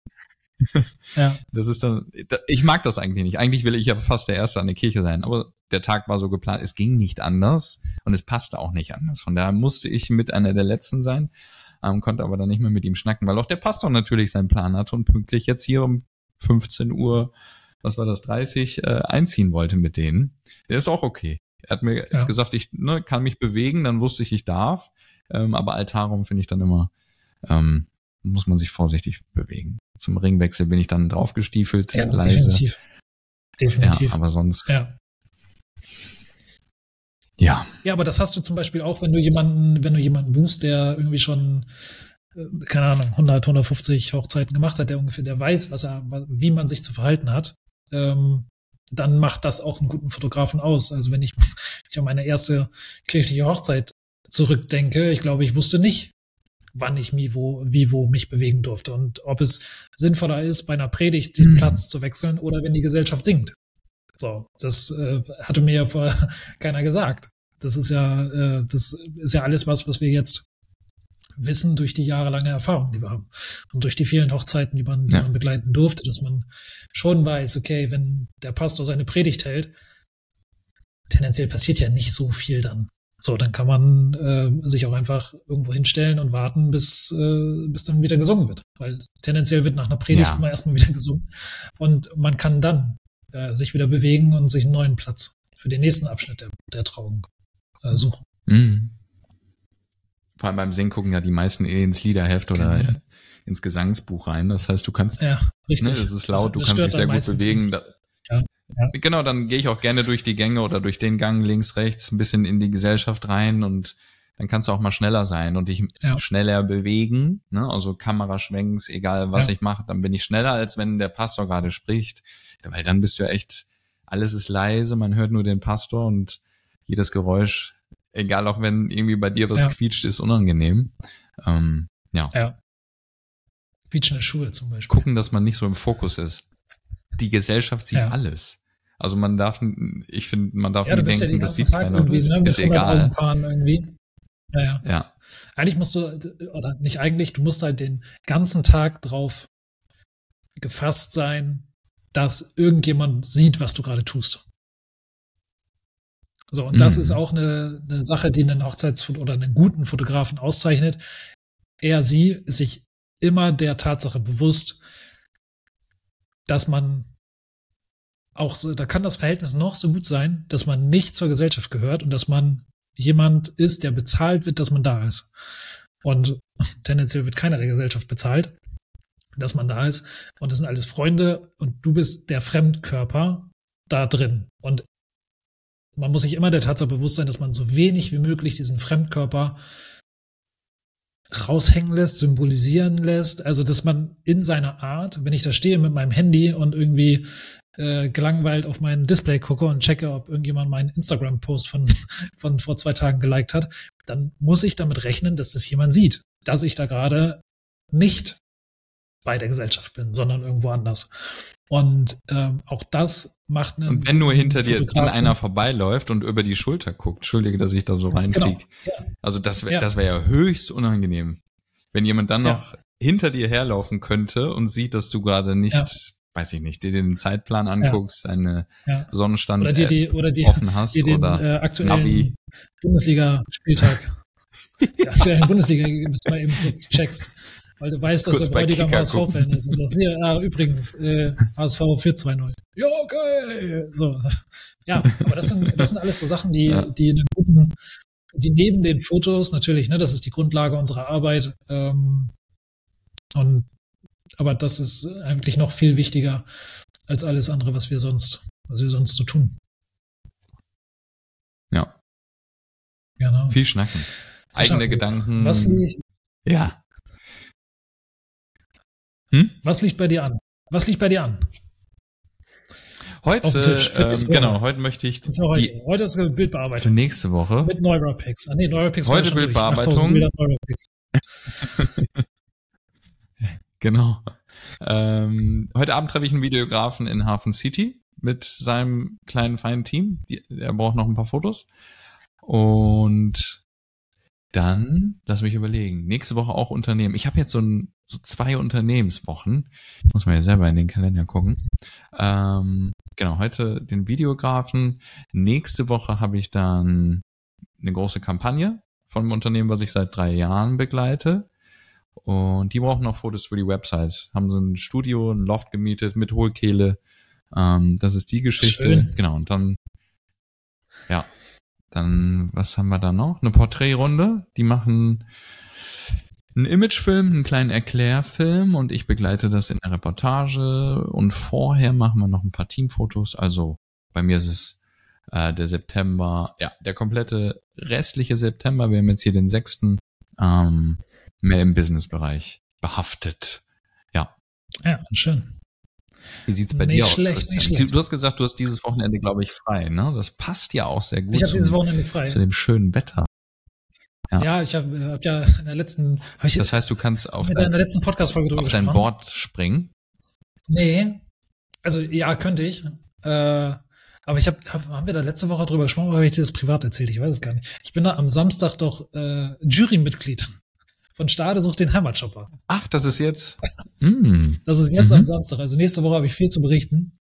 Speaker 2: ja. das ist dann, ich mag das eigentlich nicht. Eigentlich will ich ja fast der Erste an der Kirche sein, aber der Tag war so geplant. Es ging nicht anders und es passte auch nicht anders. Von daher musste ich mit einer der Letzten sein, ähm, konnte aber dann nicht mehr mit ihm schnacken, weil auch der Pastor natürlich seinen Plan hatte und pünktlich jetzt hier um fünfzehn Uhr, was war das, dreißig, äh, einziehen wollte mit denen. Der ist auch okay. Er hat mir ja. gesagt, ich ne, kann mich bewegen, dann wusste ich, ich darf. Ähm, aber Altarraum finde ich dann immer, ähm, muss man sich vorsichtig bewegen. Zum Ringwechsel bin ich dann draufgestiefelt, ja, leise.
Speaker 1: Definitiv. Definitiv.
Speaker 2: Ja, aber sonst.
Speaker 1: Ja.
Speaker 2: Ja.
Speaker 1: Ja, aber das hast du zum Beispiel auch, wenn du jemanden, wenn du jemanden buchst, der irgendwie schon, keine Ahnung, hundert, hundertfünfzig Hochzeiten gemacht hat, der ungefähr, der weiß, was er, wie man sich zu verhalten hat, ähm, dann macht das auch einen guten Fotografen aus. Also wenn ich, ich an meine erste kirchliche Hochzeit zurückdenke, ich glaube, ich wusste nicht, wann ich wie wo, wie wo mich bewegen durfte und ob es sinnvoller ist, bei einer Predigt den mhm. Platz zu wechseln oder wenn die Gesellschaft singt. So, das äh, hatte mir ja vorher keiner gesagt. Das ist ja, äh, das ist ja alles was, was wir jetzt wissen durch die jahrelange Erfahrung, die wir haben und durch die vielen Hochzeiten, die man, die ja. man begleiten durfte, dass man schon weiß, okay, wenn der Pastor seine Predigt hält, tendenziell passiert ja nicht so viel dann. So, dann kann man äh, sich auch einfach irgendwo hinstellen und warten, bis äh, bis dann wieder gesungen wird. Weil tendenziell wird nach einer Predigt ja. immer erstmal wieder gesungen. Und man kann dann äh, sich wieder bewegen und sich einen neuen Platz für den nächsten Abschnitt der, der Trauung äh, suchen.
Speaker 2: Mhm. Vor allem beim Singen gucken ja die meisten eh ins Liederheft oder genau. ins Gesangsbuch rein. Das heißt, du kannst,
Speaker 1: ja, richtig.
Speaker 2: Ne, das ist laut, das, das du kannst dich sehr gut bewegen. Da, ja. Ja. Genau, dann gehe ich auch gerne durch die Gänge oder durch den Gang links, rechts ein bisschen in die Gesellschaft rein und dann kannst du auch mal schneller sein und dich ja. schneller bewegen, ne? Also Kameraschwenks, egal was ja. ich mache, dann bin ich schneller, als wenn der Pastor gerade spricht, weil dann bist du ja echt, alles ist leise, man hört nur den Pastor und jedes Geräusch, egal auch wenn irgendwie bei dir was ja. quietscht, ist unangenehm. Ähm, ja.
Speaker 1: ja. Quietschende Schuhe zum Beispiel.
Speaker 2: Gucken, dass man nicht so im Fokus ist. Die Gesellschaft sieht ja. alles. Also man darf, ich finde, man darf
Speaker 1: ja,
Speaker 2: nie denken,
Speaker 1: ja
Speaker 2: das sieht keiner,
Speaker 1: ne?
Speaker 2: ist, ist egal.
Speaker 1: Irgendwie. Ja, ja.
Speaker 2: ja.
Speaker 1: Eigentlich musst du, oder nicht eigentlich, du musst halt den ganzen Tag drauf gefasst sein, dass irgendjemand sieht, was du gerade tust. So, und mhm. das ist auch eine, eine Sache, die einen Hochzeitsfotografen oder einen guten Fotografen auszeichnet. Er, sie ist sich immer der Tatsache bewusst, dass man auch so, da kann das Verhältnis noch so gut sein, dass man nicht zur Gesellschaft gehört und dass man jemand ist, der bezahlt wird, dass man da ist. Und tendenziell wird keiner der Gesellschaft bezahlt, dass man da ist. Und das sind alles Freunde und du bist der Fremdkörper da drin. Und man muss sich immer der Tatsache bewusst sein, dass man so wenig wie möglich diesen Fremdkörper raushängen lässt, symbolisieren lässt. Also, dass man in seiner Art, wenn ich da stehe mit meinem Handy und irgendwie äh, gelangweilt auf mein Display gucke und checke, ob irgendjemand meinen Instagram-Post von, von vor zwei Tagen geliked hat, dann muss ich damit rechnen, dass das jemand sieht, dass ich da gerade nicht bei der Gesellschaft bin, sondern irgendwo anders. Und ähm, auch das macht einen
Speaker 2: Und wenn nur hinter dir
Speaker 1: Fotografen,
Speaker 2: dann einer vorbeiläuft und über die Schulter guckt, entschuldige, dass ich da so reinfliege.
Speaker 1: Genau, ja.
Speaker 2: Also das wäre
Speaker 1: Ja.
Speaker 2: das wäre ja höchst unangenehm. Wenn jemand dann
Speaker 1: Ja.
Speaker 2: noch hinter dir herlaufen könnte und sieht, dass du gerade nicht,
Speaker 1: Ja.
Speaker 2: weiß ich nicht, dir den Zeitplan anguckst, deine
Speaker 1: Ja.
Speaker 2: Sonnenstand
Speaker 1: Oder dir die, oder die,
Speaker 2: offen hast
Speaker 1: dir den
Speaker 2: oder
Speaker 1: äh, aktuellen
Speaker 2: Navi.
Speaker 1: Bundesliga-Spieltag, den aktuellen Bundesliga, bis du mal eben kurz checkst. Weil du weißt, dass
Speaker 2: Kurz
Speaker 1: der
Speaker 2: bei
Speaker 1: Bräutigam
Speaker 2: Kicker
Speaker 1: H S V-Fan ist. Und das hier, ah, übrigens, äh, H S V vier zwei null. Ja, okay. So. Ja, aber das sind, das sind alles so Sachen, die,
Speaker 2: Ja.
Speaker 1: die einen guten, die neben den Fotos natürlich, ne, das ist die Grundlage unserer Arbeit. Ähm, und, aber das ist eigentlich noch viel wichtiger als alles andere, was wir sonst, was wir sonst so tun.
Speaker 2: Ja,
Speaker 1: Genau.
Speaker 2: viel schnacken. Eigene
Speaker 1: Schnacken.
Speaker 2: Gedanken.
Speaker 1: Was liegt,
Speaker 2: Ja. Hm?
Speaker 1: was liegt bei dir an? Was liegt bei dir an?
Speaker 2: Heute,
Speaker 1: Auf dem Tisch. Für
Speaker 2: ähm,
Speaker 1: nächste
Speaker 2: genau,
Speaker 1: Woche.
Speaker 2: heute möchte ich
Speaker 1: Für heute.
Speaker 2: die,
Speaker 1: Heute ist eine
Speaker 2: für
Speaker 1: Bildbearbeitung.
Speaker 2: nächste Woche.
Speaker 1: Mit Neurapix. Ah, nee, Neurapix
Speaker 2: Heute
Speaker 1: war schon durch.
Speaker 2: Bildbearbeitung.
Speaker 1: achttausend Bilder Neurapix.
Speaker 2: Genau. Ähm, heute Abend treffe ich einen Videografen in Hafen City mit seinem kleinen, feinen Team. Die, er braucht noch ein paar Fotos. Und dann, lass mich überlegen, nächste Woche auch Unternehmen. Ich habe jetzt so, ein, so zwei Unternehmenswochen. Muss man ja selber in den Kalender gucken. Ähm, genau, heute den Videografen. Nächste Woche habe ich dann eine große Kampagne von einem Unternehmen, was ich seit drei Jahren begleite. Und die brauchen noch Fotos für die Website. Haben so ein Studio, ein Loft gemietet mit Hohlkehle. Ähm, das ist die Geschichte.
Speaker 1: Schön.
Speaker 2: Genau, und dann, ja, dann, was haben wir da noch? Eine Porträtrunde. Die machen einen Imagefilm, einen kleinen Erklärfilm und ich begleite das in der Reportage. Und vorher machen wir noch ein paar Teamfotos. Also bei mir ist es äh, der September, ja, der komplette restliche September. Wir haben jetzt hier den sechsten Ähm, mehr im Businessbereich behaftet. Ja.
Speaker 1: Ja, schön.
Speaker 2: Wie sieht's bei
Speaker 1: Nicht
Speaker 2: dir aus,
Speaker 1: schlecht,
Speaker 2: Christian?
Speaker 1: nicht
Speaker 2: Du,
Speaker 1: schlecht.
Speaker 2: du hast gesagt, du hast dieses Wochenende, glaube ich, frei, ne? Das passt ja auch sehr gut
Speaker 1: Ich habe dieses
Speaker 2: zum,
Speaker 1: Wochenende frei.
Speaker 2: zu dem schönen Wetter. Ja.
Speaker 1: Ja, ich habe hab ja in der letzten, hab ich
Speaker 2: Das heißt, du kannst auf,
Speaker 1: mit in der
Speaker 2: dein,
Speaker 1: letzten Podcast-Folge drüber
Speaker 2: auf dein
Speaker 1: gesprochen.
Speaker 2: Board springen.
Speaker 1: Nee. Also, ja, könnte ich. Äh, aber ich habe, hab, haben wir da letzte Woche drüber gesprochen, oder habe ich dir das privat erzählt? Ich weiß es gar nicht. Ich bin da am Samstag doch äh, Jurymitglied von Stade sucht den Heimatshopper.
Speaker 2: Ach, das ist jetzt. Mm.
Speaker 1: Das ist jetzt
Speaker 2: Mhm.
Speaker 1: am Samstag. Also nächste Woche habe ich viel zu berichten.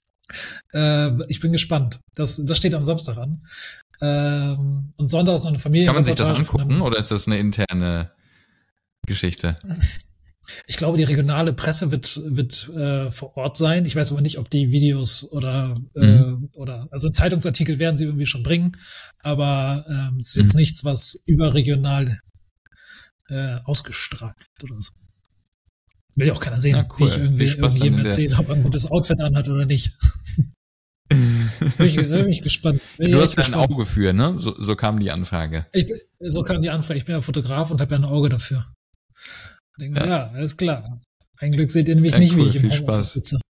Speaker 1: Äh, ich bin gespannt. Das, das steht am Samstag an. Ähm, und Sonntag ist noch eine Familie.
Speaker 2: Kann man sich das angucken oder ist das eine interne Geschichte?
Speaker 1: Ich glaube, die regionale Presse wird, wird äh, vor Ort sein. Ich weiß aber nicht, ob die Videos oder,
Speaker 2: Mhm.
Speaker 1: äh, oder also Zeitungsartikel werden sie irgendwie schon bringen. Aber ähm, es ist jetzt
Speaker 2: Mhm.
Speaker 1: nichts, was überregional äh, ausgestrahlt wird oder so. Will ja auch keiner sehen,
Speaker 2: Ja, cool.
Speaker 1: wie ich irgendwie
Speaker 2: Viel Spaß dann
Speaker 1: irgendjemandem
Speaker 2: in der-
Speaker 1: erzähle, ob er ein gutes Outfit anhat oder nicht. Bin ich, bin ich gespannt. Bin
Speaker 2: Du
Speaker 1: ich
Speaker 2: hast
Speaker 1: echt
Speaker 2: ja ein
Speaker 1: gespannt.
Speaker 2: Auge für, ne? So, so kam die Anfrage.
Speaker 1: Ich bin, so kam die Anfrage. Ich bin ja Fotograf und habe ja ein Auge dafür. Ich denke, ja.
Speaker 2: Ja.
Speaker 1: ja, alles klar. Ein Glück seht ihr nämlich
Speaker 2: Ja,
Speaker 1: nicht,
Speaker 2: cool,
Speaker 1: wie ich im
Speaker 2: viel
Speaker 1: Homeoffice
Speaker 2: Spaß.
Speaker 1: sitze.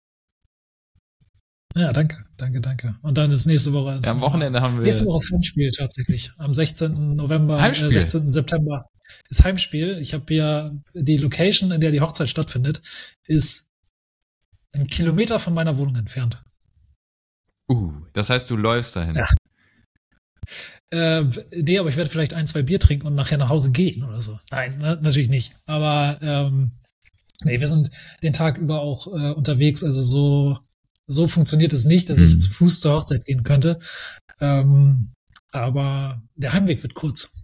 Speaker 1: Ja, danke, danke, danke. Und dann ist nächste Woche.
Speaker 2: Ja, am Wochenende haben wir.
Speaker 1: Nächste Woche ist Heimspiel tatsächlich. Am sechzehnten November,
Speaker 2: Heimspiel?
Speaker 1: Äh, sechzehnten September ist Heimspiel. Ich habe hier die Location, in der die Hochzeit stattfindet, ist einen Kilometer von meiner Wohnung entfernt.
Speaker 2: Uh, das heißt, du läufst dahin.
Speaker 1: Ja. Äh, nee, aber ich werde vielleicht ein, zwei Bier trinken und nachher nach Hause gehen oder so. Nein, na, natürlich nicht. Aber ähm, nee, wir sind den Tag über auch äh, unterwegs. Also so so funktioniert es nicht, dass
Speaker 2: Mhm.
Speaker 1: ich zu Fuß zur Hochzeit gehen könnte. Ähm, aber der Heimweg wird kurz.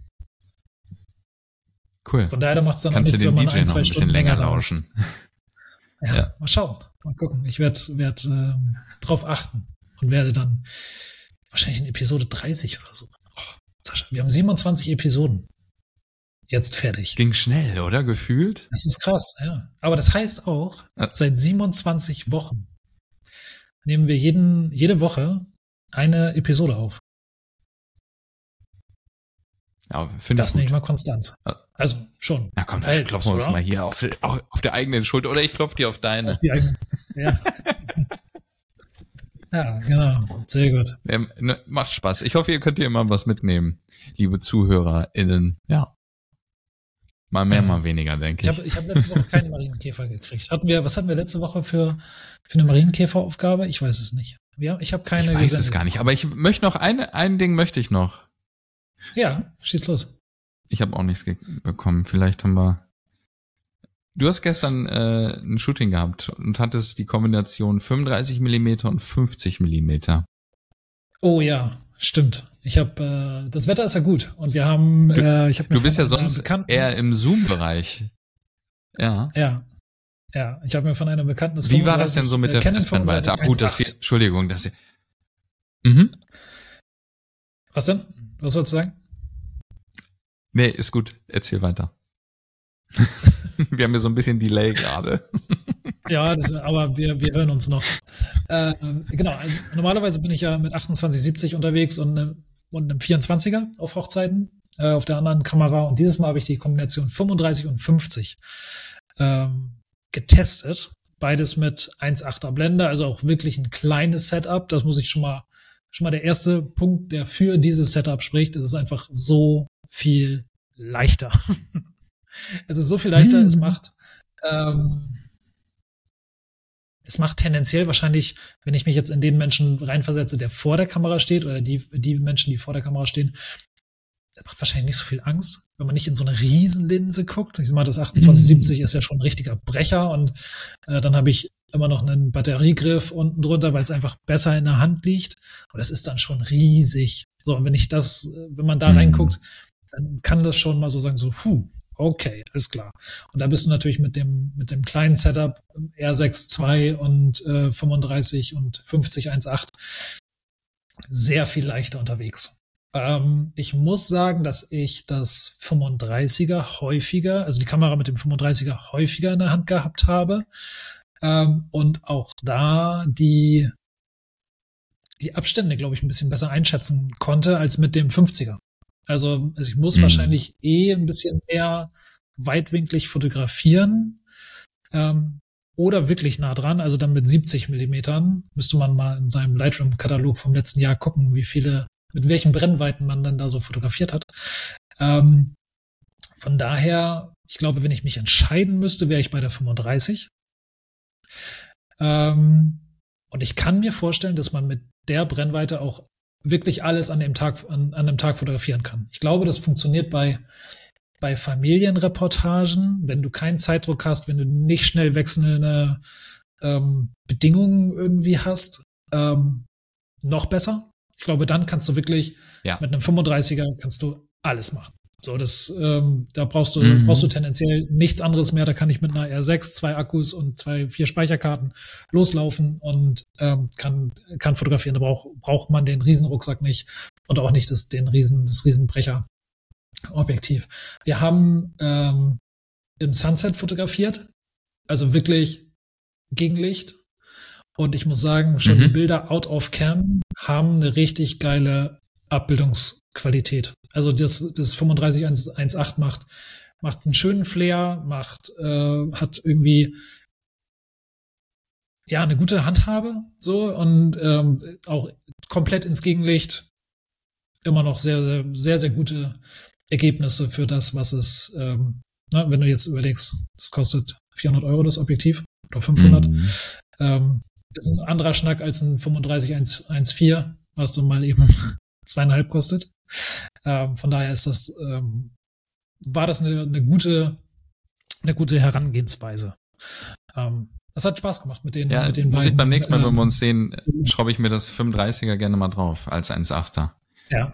Speaker 2: Cool.
Speaker 1: Von daher macht es dann auch
Speaker 2: Kannst du
Speaker 1: nichts,
Speaker 2: den
Speaker 1: wenn man
Speaker 2: D J
Speaker 1: ein,
Speaker 2: noch
Speaker 1: zwei
Speaker 2: ein bisschen
Speaker 1: Stunden
Speaker 2: länger
Speaker 1: länger da ist.
Speaker 2: lauschen.
Speaker 1: Ja,
Speaker 2: Ja.
Speaker 1: mal schauen. Mal gucken. Ich werde werd, äh, drauf achten und werde dann wahrscheinlich in Episode dreißig oder so. Oh, Sascha, wir haben siebenundzwanzig Episoden. Jetzt fertig.
Speaker 2: Ging schnell, oder? Gefühlt?
Speaker 1: Das ist krass, ja. Aber das heißt auch, ja. Seit siebenundzwanzig Wochen nehmen wir jeden, jede Woche eine Episode auf.
Speaker 2: Ja, finde
Speaker 1: das nenne ich mal Konstanz. Also schon.
Speaker 2: Na komm, dann klopfen wir uns mal hier auf, auf der eigenen Schulter. Oder ich klopfe dir auf deine. Auf die eigene.
Speaker 1: Ja. Ja, genau. Sehr gut.
Speaker 2: Ja, ne, macht Spaß. Ich hoffe, ihr könnt hier immer was mitnehmen, liebe ZuhörerInnen. Ja. Mal mehr, ja. mal weniger, denke ich.
Speaker 1: Ich habe ich hab letzte Woche keinen Marienkäfer gekriegt. Hatten wir, was hatten wir letzte Woche für, für eine Marienkäferaufgabe? Ich weiß es nicht. Ja, ich habe keine.
Speaker 2: Ich weiß gesendet. es gar nicht, aber ich möchte noch, eine, ein Ding möchte ich noch.
Speaker 1: Ja, schieß los.
Speaker 2: Ich habe auch nichts ge- bekommen. Vielleicht haben wir... Du hast gestern äh, ein Shooting gehabt und hattest die Kombination fünfunddreißig Millimeter und fünfzig Millimeter.
Speaker 1: Oh ja, stimmt. Ich habe, äh, das Wetter ist ja gut und wir haben, äh, ich habe
Speaker 2: Du bist ja sonst eher im Zoom-Bereich. Ja.
Speaker 1: Ja. Ja, ich habe mir von einer Bekannten das
Speaker 2: Wie war das denn so mit der Festbrennweite? Ah, gut, das viel, Entschuldigung, das mhm.
Speaker 1: Was denn? Was sollst du sagen?
Speaker 2: Nee, ist gut. Erzähl weiter. Wir haben ja so ein bisschen Delay gerade.
Speaker 1: Ja, das, aber wir, wir hören uns noch. Äh, genau, also normalerweise bin ich ja mit achtundzwanzig siebzig unterwegs und, ne, und einem vierundzwanziger auf Hochzeiten äh, auf der anderen Kamera. Und dieses Mal habe ich die Kombination fünfunddreißig und fünfzig ähm, getestet. Beides mit eins Komma achter Blende, also auch wirklich ein kleines Setup. Das muss ich schon mal, schon mal der erste Punkt, der für dieses Setup spricht. Es ist einfach so viel leichter. Es ist so viel leichter, mhm. es macht, ähm, es macht tendenziell wahrscheinlich, wenn ich mich jetzt in den Menschen reinversetze, der vor der Kamera steht, oder die, die Menschen, die vor der Kamera stehen, das macht wahrscheinlich nicht so viel Angst, wenn man nicht in so eine Riesenlinse guckt. Ich sag mal, das achtundzwanzig siebzig mhm. ist ja schon ein richtiger Brecher und äh, dann habe ich immer noch einen Batteriegriff unten drunter, weil es einfach besser in der Hand liegt. Und das ist dann schon riesig. So, und wenn ich das, wenn man da mhm. reinguckt, dann kann das schon mal so sagen, so, puh, okay, alles klar. Und da bist du natürlich mit dem mit dem kleinen Setup R sechs zwei und äh, fünfunddreißig und fünfzig eins Komma acht sehr viel leichter unterwegs. Ähm, ich muss sagen, dass ich das fünfunddreißiger häufiger, also die Kamera mit dem fünfunddreißiger häufiger in der Hand gehabt habe ähm, und auch da die die Abstände, glaube ich, ein bisschen besser einschätzen konnte als mit dem fünfziger. Also, also ich muss mhm. wahrscheinlich eh ein bisschen mehr weitwinklig fotografieren ähm, oder wirklich nah dran. Also dann mit siebzig Millimetern müsste man mal in seinem Lightroom-Katalog vom letzten Jahr gucken, wie viele, mit welchen Brennweiten man dann da so fotografiert hat. Ähm, von daher, ich glaube, wenn ich mich entscheiden müsste, wäre ich bei der fünfunddreißig. Ähm, und ich kann mir vorstellen, dass man mit der Brennweite auch wirklich alles an dem Tag, an, an dem Tag fotografieren kann. Ich glaube, das funktioniert bei, bei Familienreportagen, wenn du keinen Zeitdruck hast, wenn du nicht schnell wechselnde ähm, Bedingungen irgendwie hast, ähm, noch besser. Ich glaube, dann kannst du wirklich ja. mit einem fünfunddreißiger kannst du alles machen. So, das, ähm, da brauchst du, mhm. brauchst du tendenziell nichts anderes mehr. Da kann ich mit einer R sechs, zwei Akkus und zwei, vier Speicherkarten loslaufen und ähm, kann, kann fotografieren. Da braucht, braucht man den Riesenrucksack nicht und auch nicht das, den Riesen, das Riesenbrecher-Objektiv. Wir haben ähm, im Sunset fotografiert, also wirklich Gegenlicht. Und ich muss sagen, schon mhm. die Bilder out of cam haben eine richtig geile Abbildungsqualität. Also das, das fünfunddreißig eins Komma acht macht, macht einen schönen Flair, macht, äh, hat irgendwie, ja, eine gute Handhabe, so, und, ähm, auch komplett ins Gegenlicht. Immer noch sehr, sehr, sehr, sehr gute Ergebnisse für das, was es, ähm, na, wenn du jetzt überlegst, das kostet vierhundert Euro das Objektiv oder fünfhundert. Mhm. Ähm, ist ein anderer Schnack als ein fünfunddreißig eins Komma vierzehn, was dann mal eben zweieinhalb kostet. Ähm, von daher ist das, ähm, war das eine, eine gute, eine gute Herangehensweise. Ähm, das hat Spaß gemacht mit den,
Speaker 2: ja,
Speaker 1: mit den
Speaker 2: muss
Speaker 1: beiden.
Speaker 2: Ich beim nächsten Mal,
Speaker 1: ähm,
Speaker 2: wenn wir uns sehen, schraube ich mir das fünfunddreißiger gerne mal drauf als eins Komma achter.
Speaker 1: Ja.
Speaker 2: Ja.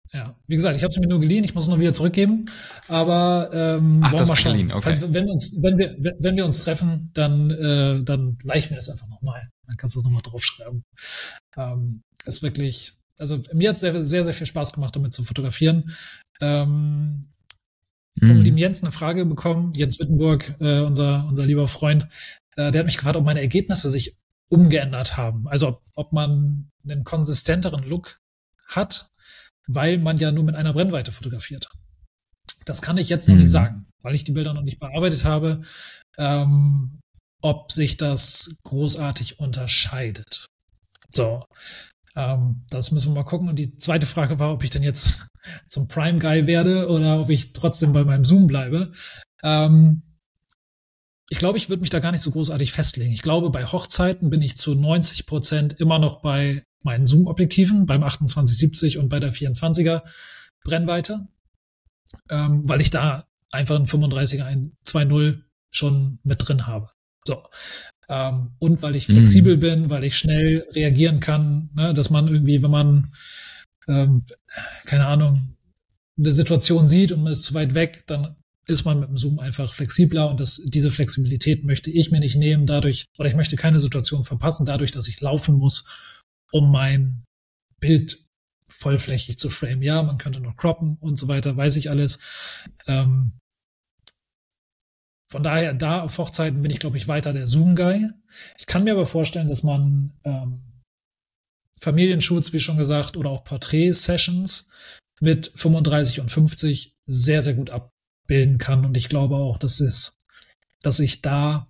Speaker 1: Ja, wie gesagt, ich habe es mir nur geliehen, ich muss es nur wieder zurückgeben. Aber ähm,
Speaker 2: Ach,
Speaker 1: wollen wir
Speaker 2: das
Speaker 1: mal
Speaker 2: war
Speaker 1: schauen.
Speaker 2: geliehen, okay.
Speaker 1: Falls, wenn wir uns, wenn wir, wenn wir uns treffen, dann, äh, dann leih ich mir das einfach nochmal. Dann kannst du es nochmal draufschreiben. Ähm, ist wirklich, also mir hat es sehr, sehr, sehr viel Spaß gemacht, damit zu fotografieren. Ähm, vom
Speaker 2: Mhm.
Speaker 1: lieben Jens eine Frage bekommen, Jens Wittenburg, äh, unser, unser lieber Freund, äh, der hat mich gefragt, ob meine Ergebnisse sich umgeändert haben. Also ob, ob man einen konsistenteren Look hat, weil man ja nur mit einer Brennweite fotografiert. Das kann ich jetzt noch
Speaker 2: Mhm.
Speaker 1: nicht sagen, weil ich die Bilder noch nicht bearbeitet habe, ähm, ob sich das großartig unterscheidet. So, ähm, das müssen wir mal gucken. Und die zweite Frage war, ob ich denn jetzt zum Prime Guy werde oder ob ich trotzdem bei meinem Zoom bleibe. Ähm, ich glaube, ich würde mich da gar nicht so großartig festlegen. Ich glaube, bei Hochzeiten bin ich zu neunzig Prozent immer noch bei meinen Zoom-Objektiven, beim achtundzwanzig siebzig und bei der vierundzwanziger Brennweite, ähm, weil ich da einfach einen fünfunddreißiger zwei Punkt null schon mit drin habe. So. Ähm, und weil ich flexibel
Speaker 2: Mhm.
Speaker 1: bin, weil ich schnell reagieren kann, ne, dass man irgendwie, wenn man, ähm, keine Ahnung, eine Situation sieht und man ist zu weit weg, dann ist man mit dem Zoom einfach flexibler und das, diese Flexibilität möchte ich mir nicht nehmen dadurch, oder ich möchte keine Situation verpassen dadurch, dass ich laufen muss, um mein Bild vollflächig zu framen. Ja, man könnte noch croppen und so weiter, weiß ich alles. Ähm, von daher, da auf Hochzeiten bin ich, glaube ich, weiter der Zoom-Guy. Ich kann mir aber vorstellen, dass man ähm, Familienshoots, wie schon gesagt, oder auch Porträt-Sessions mit fünfunddreißig und fünfzig sehr, sehr gut abbilden kann. Und ich glaube auch, dass es, dass ich da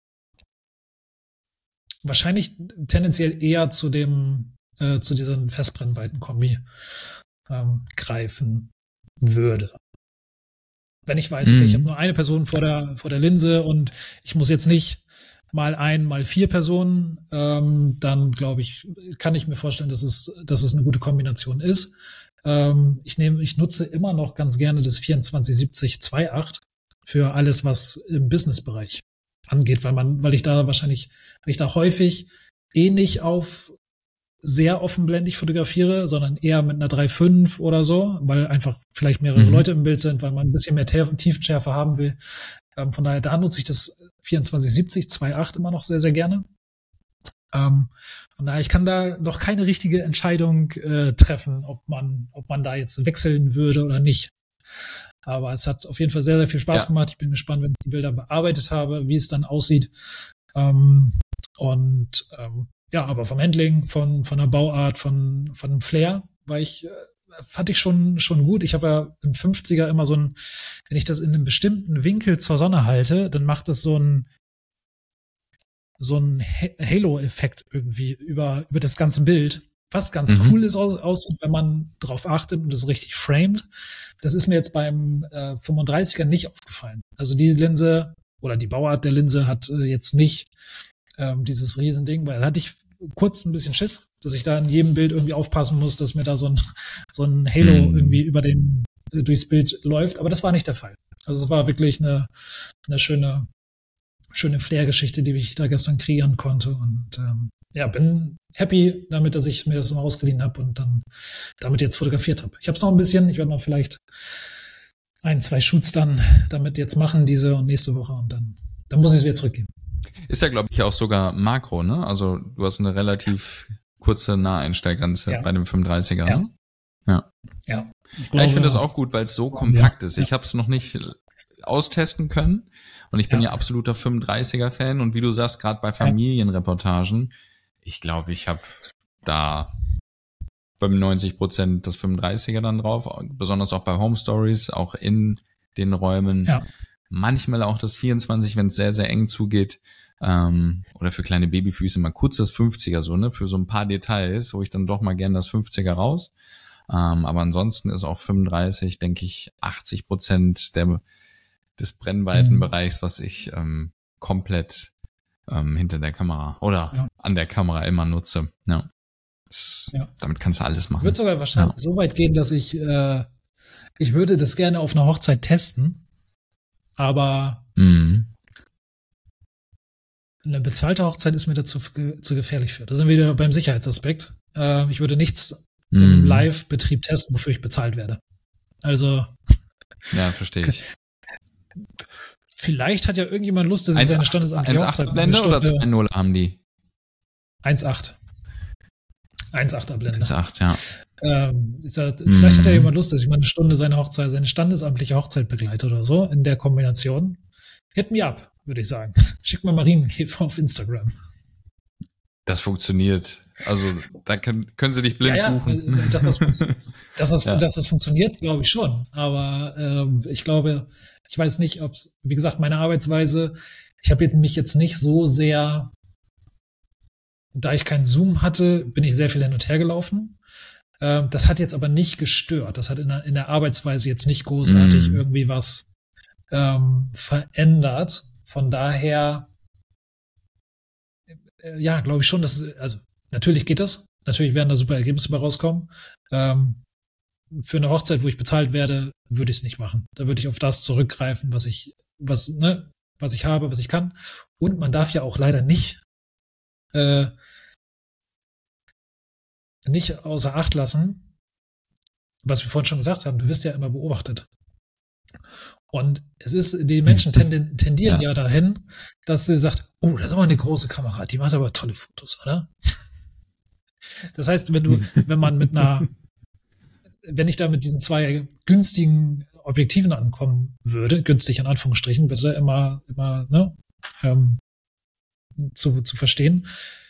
Speaker 1: wahrscheinlich tendenziell eher zu dem, äh, zu diesen Festbrennweiten-Kombi ähm, greifen würde. Wenn ich weiß, okay, ich habe
Speaker 2: Mhm.
Speaker 1: nur eine Person vor der, vor der Linse und ich muss jetzt nicht mal ein, mal vier Personen, ähm, dann glaube ich, kann ich mir vorstellen, dass es, dass es eine gute Kombination ist. Ähm, ich nehme, ich nutze immer noch ganz gerne das vierundzwanzig siebzig zwei Punkt acht für alles, was im Businessbereich angeht, weil man, weil ich da wahrscheinlich, weil ich da häufig eh nicht auf sehr offenblendig fotografiere, sondern eher mit einer drei Komma fünf oder so, weil einfach vielleicht mehrere
Speaker 2: Mhm.
Speaker 1: Leute im Bild sind, weil man ein bisschen mehr Tiefenschärfe haben will. Ähm, von daher, da nutze ich das vierundzwanzig siebzig zwei Punkt acht immer noch sehr, sehr gerne. Ähm, von daher, ich kann da noch keine richtige Entscheidung äh, treffen, ob man, ob man da jetzt wechseln würde oder nicht. Aber es hat auf jeden Fall sehr, sehr viel Spaß
Speaker 2: Ja.
Speaker 1: gemacht. Ich bin gespannt, wenn ich die Bilder bearbeitet habe, wie es dann aussieht. Ähm, und ähm, ja, aber vom Handling, von von der Bauart, von von dem Flair, war ich, äh, fand ich schon schon gut. Ich habe ja im fünfziger immer so ein, wenn ich das in einem bestimmten Winkel zur Sonne halte, dann macht das so ein so ein Halo-Effekt irgendwie über über das ganze Bild. Was ganz
Speaker 2: Mhm.
Speaker 1: cool ist aussieht, wenn man drauf achtet und das richtig framed. Das ist mir jetzt beim äh, fünfunddreißiger nicht aufgefallen. Also die Linse oder die Bauart der Linse hat äh, jetzt nicht ähm, dieses Riesending, weil da hatte ich kurz ein bisschen Schiss, dass ich da in jedem Bild irgendwie aufpassen muss, dass mir da so ein, so ein Halo
Speaker 2: Mhm.
Speaker 1: irgendwie über den, äh, durchs Bild läuft. Aber das war nicht der Fall. Also es war wirklich eine, eine schöne, schöne Flair-Geschichte, die ich da gestern kreieren konnte. Und ähm, ja, bin happy damit, dass ich mir das mal ausgeliehen habe und dann damit jetzt fotografiert habe. Ich habe es noch ein bisschen, ich werde noch vielleicht ein, zwei Shoots dann damit jetzt machen, diese und nächste Woche und dann, dann muss ich es wieder zurückgeben.
Speaker 2: Ist ja, glaube ich, auch sogar Makro, ne? Also du hast eine relativ kurze Naheinstellgrenze
Speaker 1: Ja.
Speaker 2: bei dem fünfunddreißiger,
Speaker 1: Ja.
Speaker 2: ne? Ja.
Speaker 1: Ja, ich,
Speaker 2: Ja, ich finde das auch gut, weil es so kompakt
Speaker 1: ja.
Speaker 2: ist. Ich habe es noch nicht austesten können und ich bin ja,
Speaker 1: Ja.
Speaker 2: absoluter fünfunddreißiger-Fan und wie du sagst, gerade bei Familienreportagen, ich glaube, ich habe da fünfundneunzig Prozent das fünfunddreißiger dann drauf, besonders auch bei Home Stories, auch in den Räumen.
Speaker 1: Ja.
Speaker 2: Manchmal auch das vierundzwanzig, wenn es sehr, sehr eng zugeht. Ähm, oder für kleine Babyfüße mal kurz das fünfziger so, ne? Für so ein paar Details, wo ich dann doch mal gerne das fünfziger raus. Ähm, aber ansonsten ist auch fünfunddreißig, denke ich, achtzig Prozent der, des Brennweitenbereichs, was ich ähm, komplett ähm, hinter der Kamera oder
Speaker 1: Ja.
Speaker 2: an der Kamera immer nutze. Ja. Das,
Speaker 1: Ja.
Speaker 2: Damit kannst du alles machen.
Speaker 1: Ich würde sogar wahrscheinlich ja. so weit gehen, dass ich, äh, ich würde das gerne auf einer Hochzeit testen, aber
Speaker 2: mhm.
Speaker 1: eine bezahlte Hochzeit ist mir dazu zu gefährlich für. Da sind wir wieder beim Sicherheitsaspekt. Äh, ich würde nichts mm. im
Speaker 2: Mhm.
Speaker 1: Live-Betrieb testen, wofür ich bezahlt werde. Also.
Speaker 2: Ja, verstehe ich.
Speaker 1: Vielleicht hat ja irgendjemand Lust, dass ich seine standesamtliche Hochzeit
Speaker 2: Blende oder zwei null haben die?
Speaker 1: eins Komma acht. eins Komma achter Blende.
Speaker 2: eins Komma acht, ja.
Speaker 1: Ähm, ist ja, vielleicht mm. hat ja jemand Lust, dass ich mal eine Stunde seine Hochzeit, seine standesamtliche Hochzeit begleite oder so, in der Kombination. Hit me up, würde ich sagen. Schick mal Marienkäfer auf Instagram.
Speaker 2: Das funktioniert. Also da können, können sie dich blind
Speaker 1: ja, ja,
Speaker 2: buchen.
Speaker 1: Dass das, funktio- dass das,
Speaker 2: Ja.
Speaker 1: dass das funktioniert, glaube ich schon. Aber ähm, ich glaube, ich weiß nicht, ob es, wie gesagt, meine Arbeitsweise, ich habe mich jetzt nicht so sehr, da ich keinen Zoom hatte, bin ich sehr viel hin und her gelaufen. Ähm, das hat jetzt aber nicht gestört. Das hat in der, in der Arbeitsweise jetzt nicht großartig
Speaker 2: Mm.
Speaker 1: irgendwie was ähm, verändert. Von daher, äh, ja, glaube ich schon, dass, also natürlich geht das. Natürlich werden da super Ergebnisse bei rauskommen. Ähm, für eine Hochzeit, wo ich bezahlt werde, würde ich es nicht machen. Da würde ich auf das zurückgreifen, was ich, was, ne, was ich habe, was ich kann. Und man darf ja auch leider nicht, äh, nicht außer Acht lassen, was wir vorhin schon gesagt haben, du wirst ja immer beobachtet. Und es ist, die Menschen tenden, tendieren ja. ja dahin, dass sie sagt, oh, das ist aber eine große Kamera, die macht aber tolle Fotos, oder? Das heißt, wenn du, wenn man mit einer, wenn ich da mit diesen zwei günstigen Objektiven ankommen würde, günstig in Anführungsstrichen, bitte immer, immer, ne, ähm, zu, zu verstehen,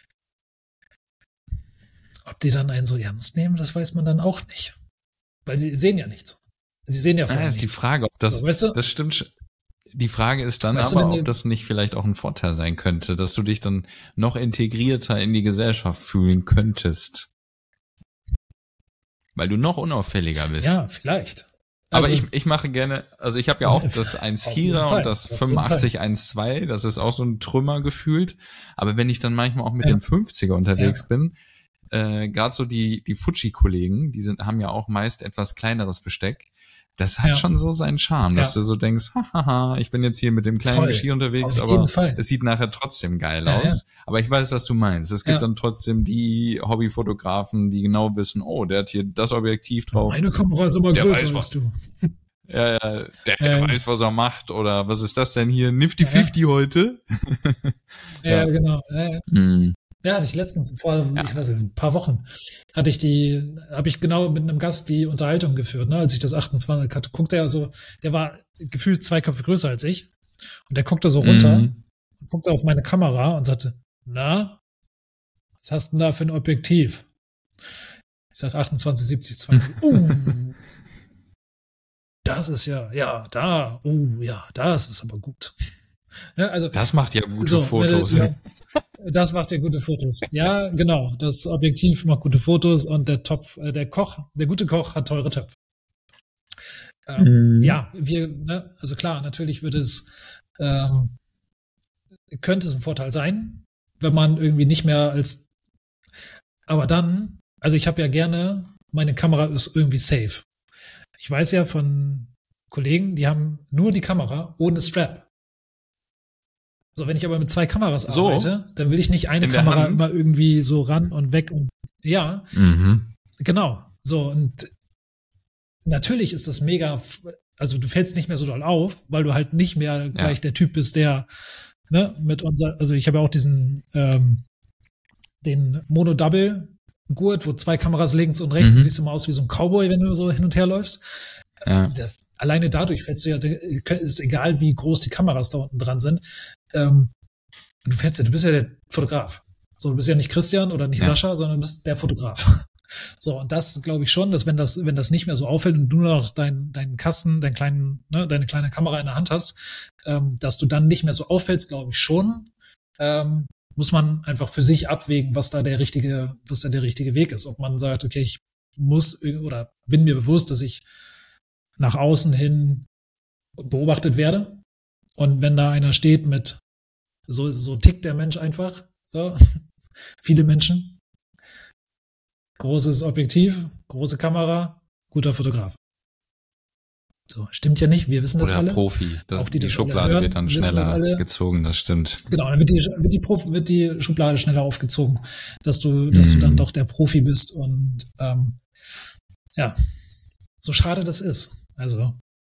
Speaker 1: ob die dann einen so ernst nehmen, das weiß man dann auch nicht. Weil sie sehen ja nichts. Sie sehen ja vorher
Speaker 2: ah, ist
Speaker 1: nichts.
Speaker 2: die Frage, ob das,
Speaker 1: so, weißt du?
Speaker 2: das stimmt. Die Frage ist dann
Speaker 1: Weißt
Speaker 2: aber,
Speaker 1: du,
Speaker 2: ob das nicht vielleicht auch ein Vorteil sein könnte, dass du dich dann noch integrierter in die Gesellschaft fühlen könntest. Weil du noch unauffälliger bist.
Speaker 1: Ja, vielleicht.
Speaker 2: Aber
Speaker 1: Also,
Speaker 2: ich, ich mache gerne, also ich habe ja auch das eins Komma vierer und das fünfundachtzig eins Komma zwei, das ist auch so ein Trümmer gefühlt. Aber wenn ich dann manchmal auch mit
Speaker 1: Ja.
Speaker 2: dem fünfziger unterwegs
Speaker 1: Ja.
Speaker 2: bin, äh, gerade so die die Fuji-Kollegen, die sind haben ja auch meist etwas kleineres Besteck. Das hat
Speaker 1: Ja.
Speaker 2: schon so seinen Charme, dass
Speaker 1: Ja.
Speaker 2: du so denkst, hahaha, ich bin jetzt hier mit dem kleinen
Speaker 1: Voll.
Speaker 2: Geschirr unterwegs,
Speaker 1: Auf
Speaker 2: aber
Speaker 1: jeden Fall.
Speaker 2: es sieht nachher trotzdem geil
Speaker 1: Ja,
Speaker 2: aus. Aber ich weiß, was du meinst. Es gibt
Speaker 1: Ja.
Speaker 2: dann trotzdem die Hobbyfotografen, die genau wissen, oh, der hat hier das Objektiv drauf.
Speaker 1: Meine Kamera ist immer
Speaker 2: Der
Speaker 1: größer
Speaker 2: weiß,
Speaker 1: als
Speaker 2: was-
Speaker 1: du.
Speaker 2: Ja, ja, der, der
Speaker 1: Ähm.
Speaker 2: weiß, was er macht. Oder was ist das denn hier? Nifty fifty heute?
Speaker 1: Ja,
Speaker 2: Ja.
Speaker 1: genau. Ja, ja.
Speaker 2: Mhm.
Speaker 1: Ja, hatte ich letztens, vor,
Speaker 2: Ja.
Speaker 1: ich weiß nicht, ein paar Wochen, hatte ich die, habe ich genau mit einem Gast die Unterhaltung geführt, ne, als ich das achtundzwanzig hatte, guckte er so, der war gefühlt zwei Köpfe größer als ich, und der guckte so runter,
Speaker 2: Mhm.
Speaker 1: und guckte auf meine Kamera und sagte, na, was hast du denn da für ein Objektiv? Ich sag achtundzwanzig siebzig zwei. Uh, das ist ja, ja, da, uh, ja, das ist aber gut. Ja, also,
Speaker 2: Das macht ja gute
Speaker 1: so,
Speaker 2: Fotos.
Speaker 1: Ja, das macht ja gute Fotos. Ja, genau. Das Objektiv macht gute Fotos und der Topf, äh, der Koch, der gute Koch hat teure Töpfe. Ähm,
Speaker 2: Mhm.
Speaker 1: Ja, wir, ne, also klar, natürlich würde es, ähm, könnte es ein Vorteil sein, wenn man irgendwie nicht mehr als, aber dann, also ich habe ja gerne, meine Kamera ist irgendwie safe. Ich weiß ja von Kollegen, die haben nur die Kamera ohne Strap. So, wenn ich aber mit zwei Kameras
Speaker 2: So?
Speaker 1: arbeite, dann will ich nicht eine
Speaker 2: In der
Speaker 1: Kamera
Speaker 2: Hand?
Speaker 1: immer irgendwie so ran und weg und ja,
Speaker 2: Mhm.
Speaker 1: genau. So, und natürlich ist das mega, f- also du fällst nicht mehr so doll auf, weil du halt nicht mehr gleich der Typ bist, der, ne, mit unser, also ich habe ja auch diesen, ähm, den Mono-Double-Gurt, wo zwei Kameras links und rechts,
Speaker 2: Mhm.
Speaker 1: dann siehst du mal aus wie so ein Cowboy, wenn du so hin und her läufst.
Speaker 2: Ja.
Speaker 1: Der, alleine dadurch fällst du ja, ist egal, wie groß die Kameras da unten dran sind. Ähm, du fällst ja, du bist ja der Fotograf. So, du bist ja nicht Christian oder nicht
Speaker 2: Ja.
Speaker 1: Sascha, sondern du bist der Fotograf. So, und das glaube ich schon, dass wenn das, wenn das nicht mehr so auffällt und du nur noch deinen, deinen Kasten, deinen kleinen, ne, deine kleine Kamera in der Hand hast, ähm, dass du dann nicht mehr so auffällst, glaube ich schon. Ähm, muss man einfach für sich abwägen, was da der richtige, was da der richtige Weg ist. Ob man sagt, okay, ich muss irg- oder bin mir bewusst, dass ich nach außen hin beobachtet werde. Und wenn da einer steht mit, so, so tickt der Mensch einfach, so, viele Menschen, großes Objektiv, große Kamera, guter Fotograf. So, stimmt ja nicht, wir wissen das
Speaker 2: Oder
Speaker 1: alle.
Speaker 2: Profi. Das,
Speaker 1: Auch die,
Speaker 2: die
Speaker 1: das alle
Speaker 2: Schublade
Speaker 1: hören,
Speaker 2: wird dann
Speaker 1: wissen das
Speaker 2: schneller
Speaker 1: alle.
Speaker 2: gezogen, das stimmt.
Speaker 1: Genau, dann wird die, wird die, Prof, wird die Schublade schneller aufgezogen, dass du, dass
Speaker 2: Mhm.
Speaker 1: du dann doch der Profi bist. Und ähm, ja, so schade das ist. Also,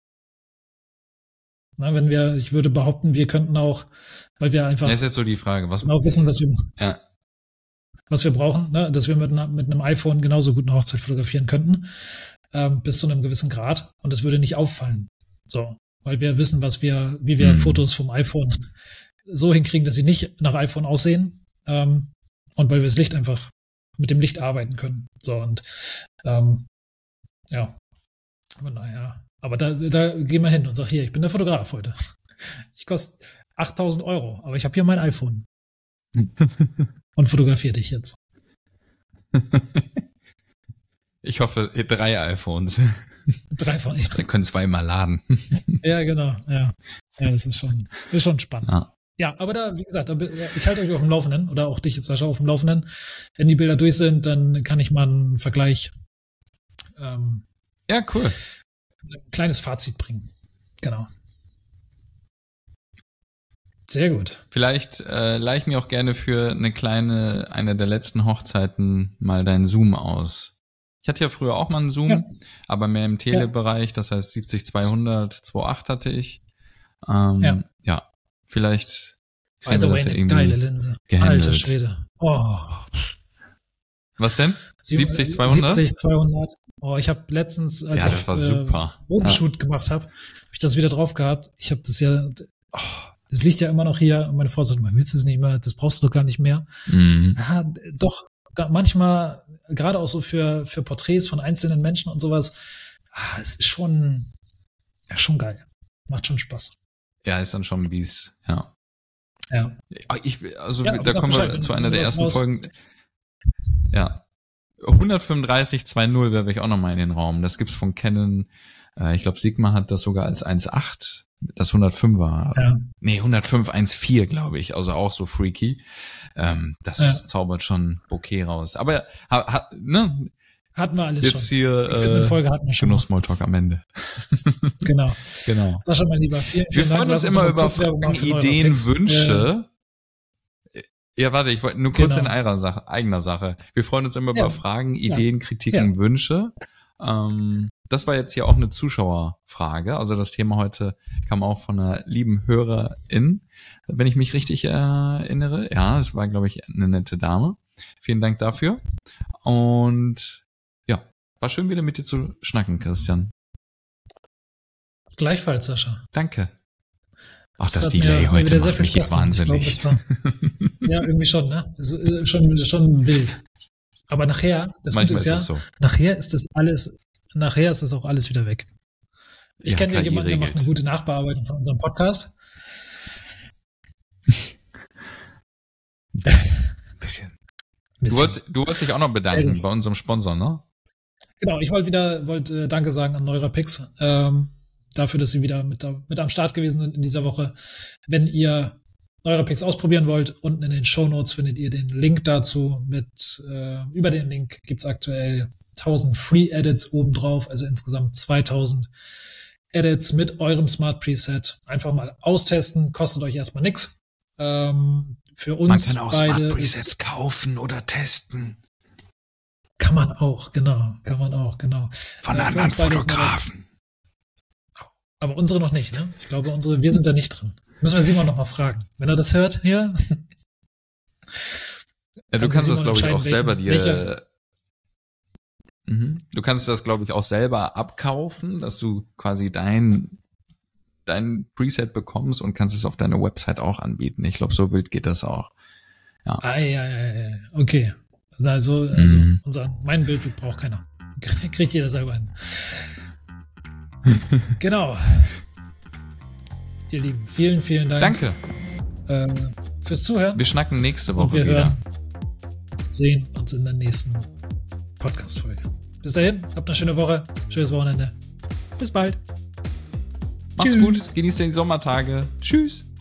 Speaker 1: na, wenn wir, ich würde behaupten, wir könnten auch, weil wir einfach.
Speaker 2: Das ist jetzt so die Frage, was
Speaker 1: genau wissen, was wir,
Speaker 2: ja.
Speaker 1: was wir brauchen, ne, dass wir mit, mit einem iPhone genauso gut eine Hochzeit fotografieren könnten, ähm, bis zu einem gewissen Grad. Und es würde nicht auffallen. So, weil wir wissen, was wir, wie wir mhm. Fotos vom iPhone so hinkriegen, dass sie nicht nach iPhone aussehen. Ähm, und weil wir das Licht einfach mit dem Licht arbeiten können. So, und ähm, ja, aber naja, aber da, da gehen wir hin und sag hier, ich bin der Fotograf heute. Ich koste achttausend Euro, aber ich habe hier mein iPhone. Und fotografiere dich jetzt.
Speaker 2: Ich hoffe, drei iPhones.
Speaker 1: Drei von
Speaker 2: Wir können zweimal laden.
Speaker 1: Ja, genau, ja. Ja, das ist schon, ist schon spannend.
Speaker 2: Ja.
Speaker 1: Ja, aber da, wie gesagt, da, ich halte euch auf dem Laufenden oder auch dich jetzt Sascha auf dem Laufenden. Wenn die Bilder durch sind, dann kann ich mal einen Vergleich ähm,
Speaker 2: ja, cool.
Speaker 1: Ein kleines Fazit bringen. Genau. Sehr gut.
Speaker 2: Vielleicht äh, leih ich mir auch gerne für eine kleine, eine der letzten Hochzeiten mal deinen Zoom aus. Ich hatte ja früher auch mal einen Zoom, ja. aber mehr im Telebereich, das heißt siebzig zweihundert zwei Komma acht hatte ich. Ähm, ja. ja, vielleicht kriegen wir das ja irgendwie
Speaker 1: geile Linse.
Speaker 2: gehandelt.
Speaker 1: Alter Schwede. Oh.
Speaker 2: Was denn? siebzig zweihundert?
Speaker 1: siebzig zweihundert. Oh, ich habe letztens, als
Speaker 2: ja,
Speaker 1: ich
Speaker 2: das war super.
Speaker 1: äh, Bodenshoot ja. gemacht habe, habe ich das wieder drauf gehabt. Ich habe das ja, oh, das liegt ja immer noch hier. Und meine Frau sagt, willst du es nicht mehr? Das brauchst du doch gar nicht mehr.
Speaker 2: Mhm.
Speaker 1: Ja, doch, da manchmal, gerade auch so für für Porträts von einzelnen Menschen und sowas, ah, es ist schon, ja, schon geil. Macht schon Spaß.
Speaker 2: Ja, ist dann schon wie's, ja.
Speaker 1: Ja.
Speaker 2: Ich, also
Speaker 1: ja,
Speaker 2: da kommen wir zu einer der ersten raus. Folgen. Ja. hundertfünfunddreißig zwei Komma null werfe ich auch nochmal in den Raum. Das gibt's von Canon. Äh, ich glaube, Sigma hat das sogar als eins Komma acht. Das hundertfünf war.
Speaker 1: Ja.
Speaker 2: Nee, hundertfünf eins Komma vier, glaube ich. Also auch so freaky. Ähm, das ja. zaubert schon Bokeh raus. Aber ha, ha, ne?
Speaker 1: Hatten wir alles
Speaker 2: Jetzt
Speaker 1: schon.
Speaker 2: hier
Speaker 1: äh, Folge hatten wir schon.
Speaker 2: Genug Smalltalk am Ende.
Speaker 1: Genau.
Speaker 2: Genau.
Speaker 1: Sascha, mein Lieber, vielen, vielen
Speaker 2: wir
Speaker 1: Dank.
Speaker 2: Wir freuen uns immer über Fragen, Ideen, Wünsche. Äh, Ja, warte, ich wollte nur kurz genau. in eigener Sache, eigener Sache. Wir freuen uns immer ja. über Fragen, Ideen, ja. Kritiken, ja. Wünsche. Ähm, das war jetzt hier auch eine Zuschauerfrage. Also das Thema heute kam auch von einer lieben Hörerin, wenn ich mich richtig äh, erinnere. Ja, es war, glaube ich, eine nette Dame. Vielen Dank dafür. Und ja, war schön wieder mit dir zu schnacken, Christian.
Speaker 1: Gleichfalls, Sascha.
Speaker 2: Danke. Ach, das, das Delay mir, heute mir macht mich jetzt wahnsinnig.
Speaker 1: Glaub, war, ja, irgendwie schon, ne? Ist schon, schon wild. Aber nachher, das Gute ist ja, so. nachher ist das alles, nachher ist das auch alles wieder weg. Ich ja, kenne ja jemanden, der macht eine gute Nachbearbeitung von unserem Podcast.
Speaker 2: Bisschen. Bisschen. Du wolltest, du wolltest dich auch noch bedanken bei unserem Sponsor, ne?
Speaker 1: Genau, ich wollte wieder, wollte äh, Danke sagen an Neurapix, ähm, dafür, dass sie wieder mit, mit am Start gewesen sind in dieser Woche. Wenn ihr Neurapix ausprobieren wollt, unten in den Shownotes findet ihr den Link dazu. Mit äh, über den Link gibt's aktuell tausend Free Edits obendrauf, also insgesamt zweitausend Edits mit eurem Smart Preset. Einfach mal austesten, kostet euch erstmal nix. Ähm, für uns
Speaker 2: man kann auch
Speaker 1: beide
Speaker 2: Smart Presets kaufen oder testen.
Speaker 1: Kann man auch, genau, kann man auch, genau.
Speaker 2: Von äh, anderen Fotografen.
Speaker 1: Aber unsere noch nicht, ne? Ich glaube, unsere, wir sind da nicht drin. Müssen wir Simon noch mal fragen. Wenn er das hört, hier.
Speaker 2: Ja, du kannst das, glaube ich, auch selber dir. Mhm. Du kannst das, glaube ich, auch selber abkaufen, dass du quasi dein, dein Preset bekommst und kannst es auf deiner Website auch anbieten. Ich glaube, so wild geht das auch. Ja.
Speaker 1: Ah, ja, ja, ja. Okay. Also, also mhm. unser, mein Bild braucht keiner. Kriegt jeder selber hin. Genau. Ihr Lieben, vielen, vielen Dank.
Speaker 2: Danke.
Speaker 1: Äh, fürs Zuhören.
Speaker 2: Wir schnacken nächste Woche
Speaker 1: und wir
Speaker 2: wieder.
Speaker 1: Hören, sehen uns in der nächsten Podcast-Folge. Bis dahin, habt eine schöne Woche, schönes Wochenende. Bis bald.
Speaker 2: Macht's Tschüss. Gut, genießt die Sommertage. Tschüss.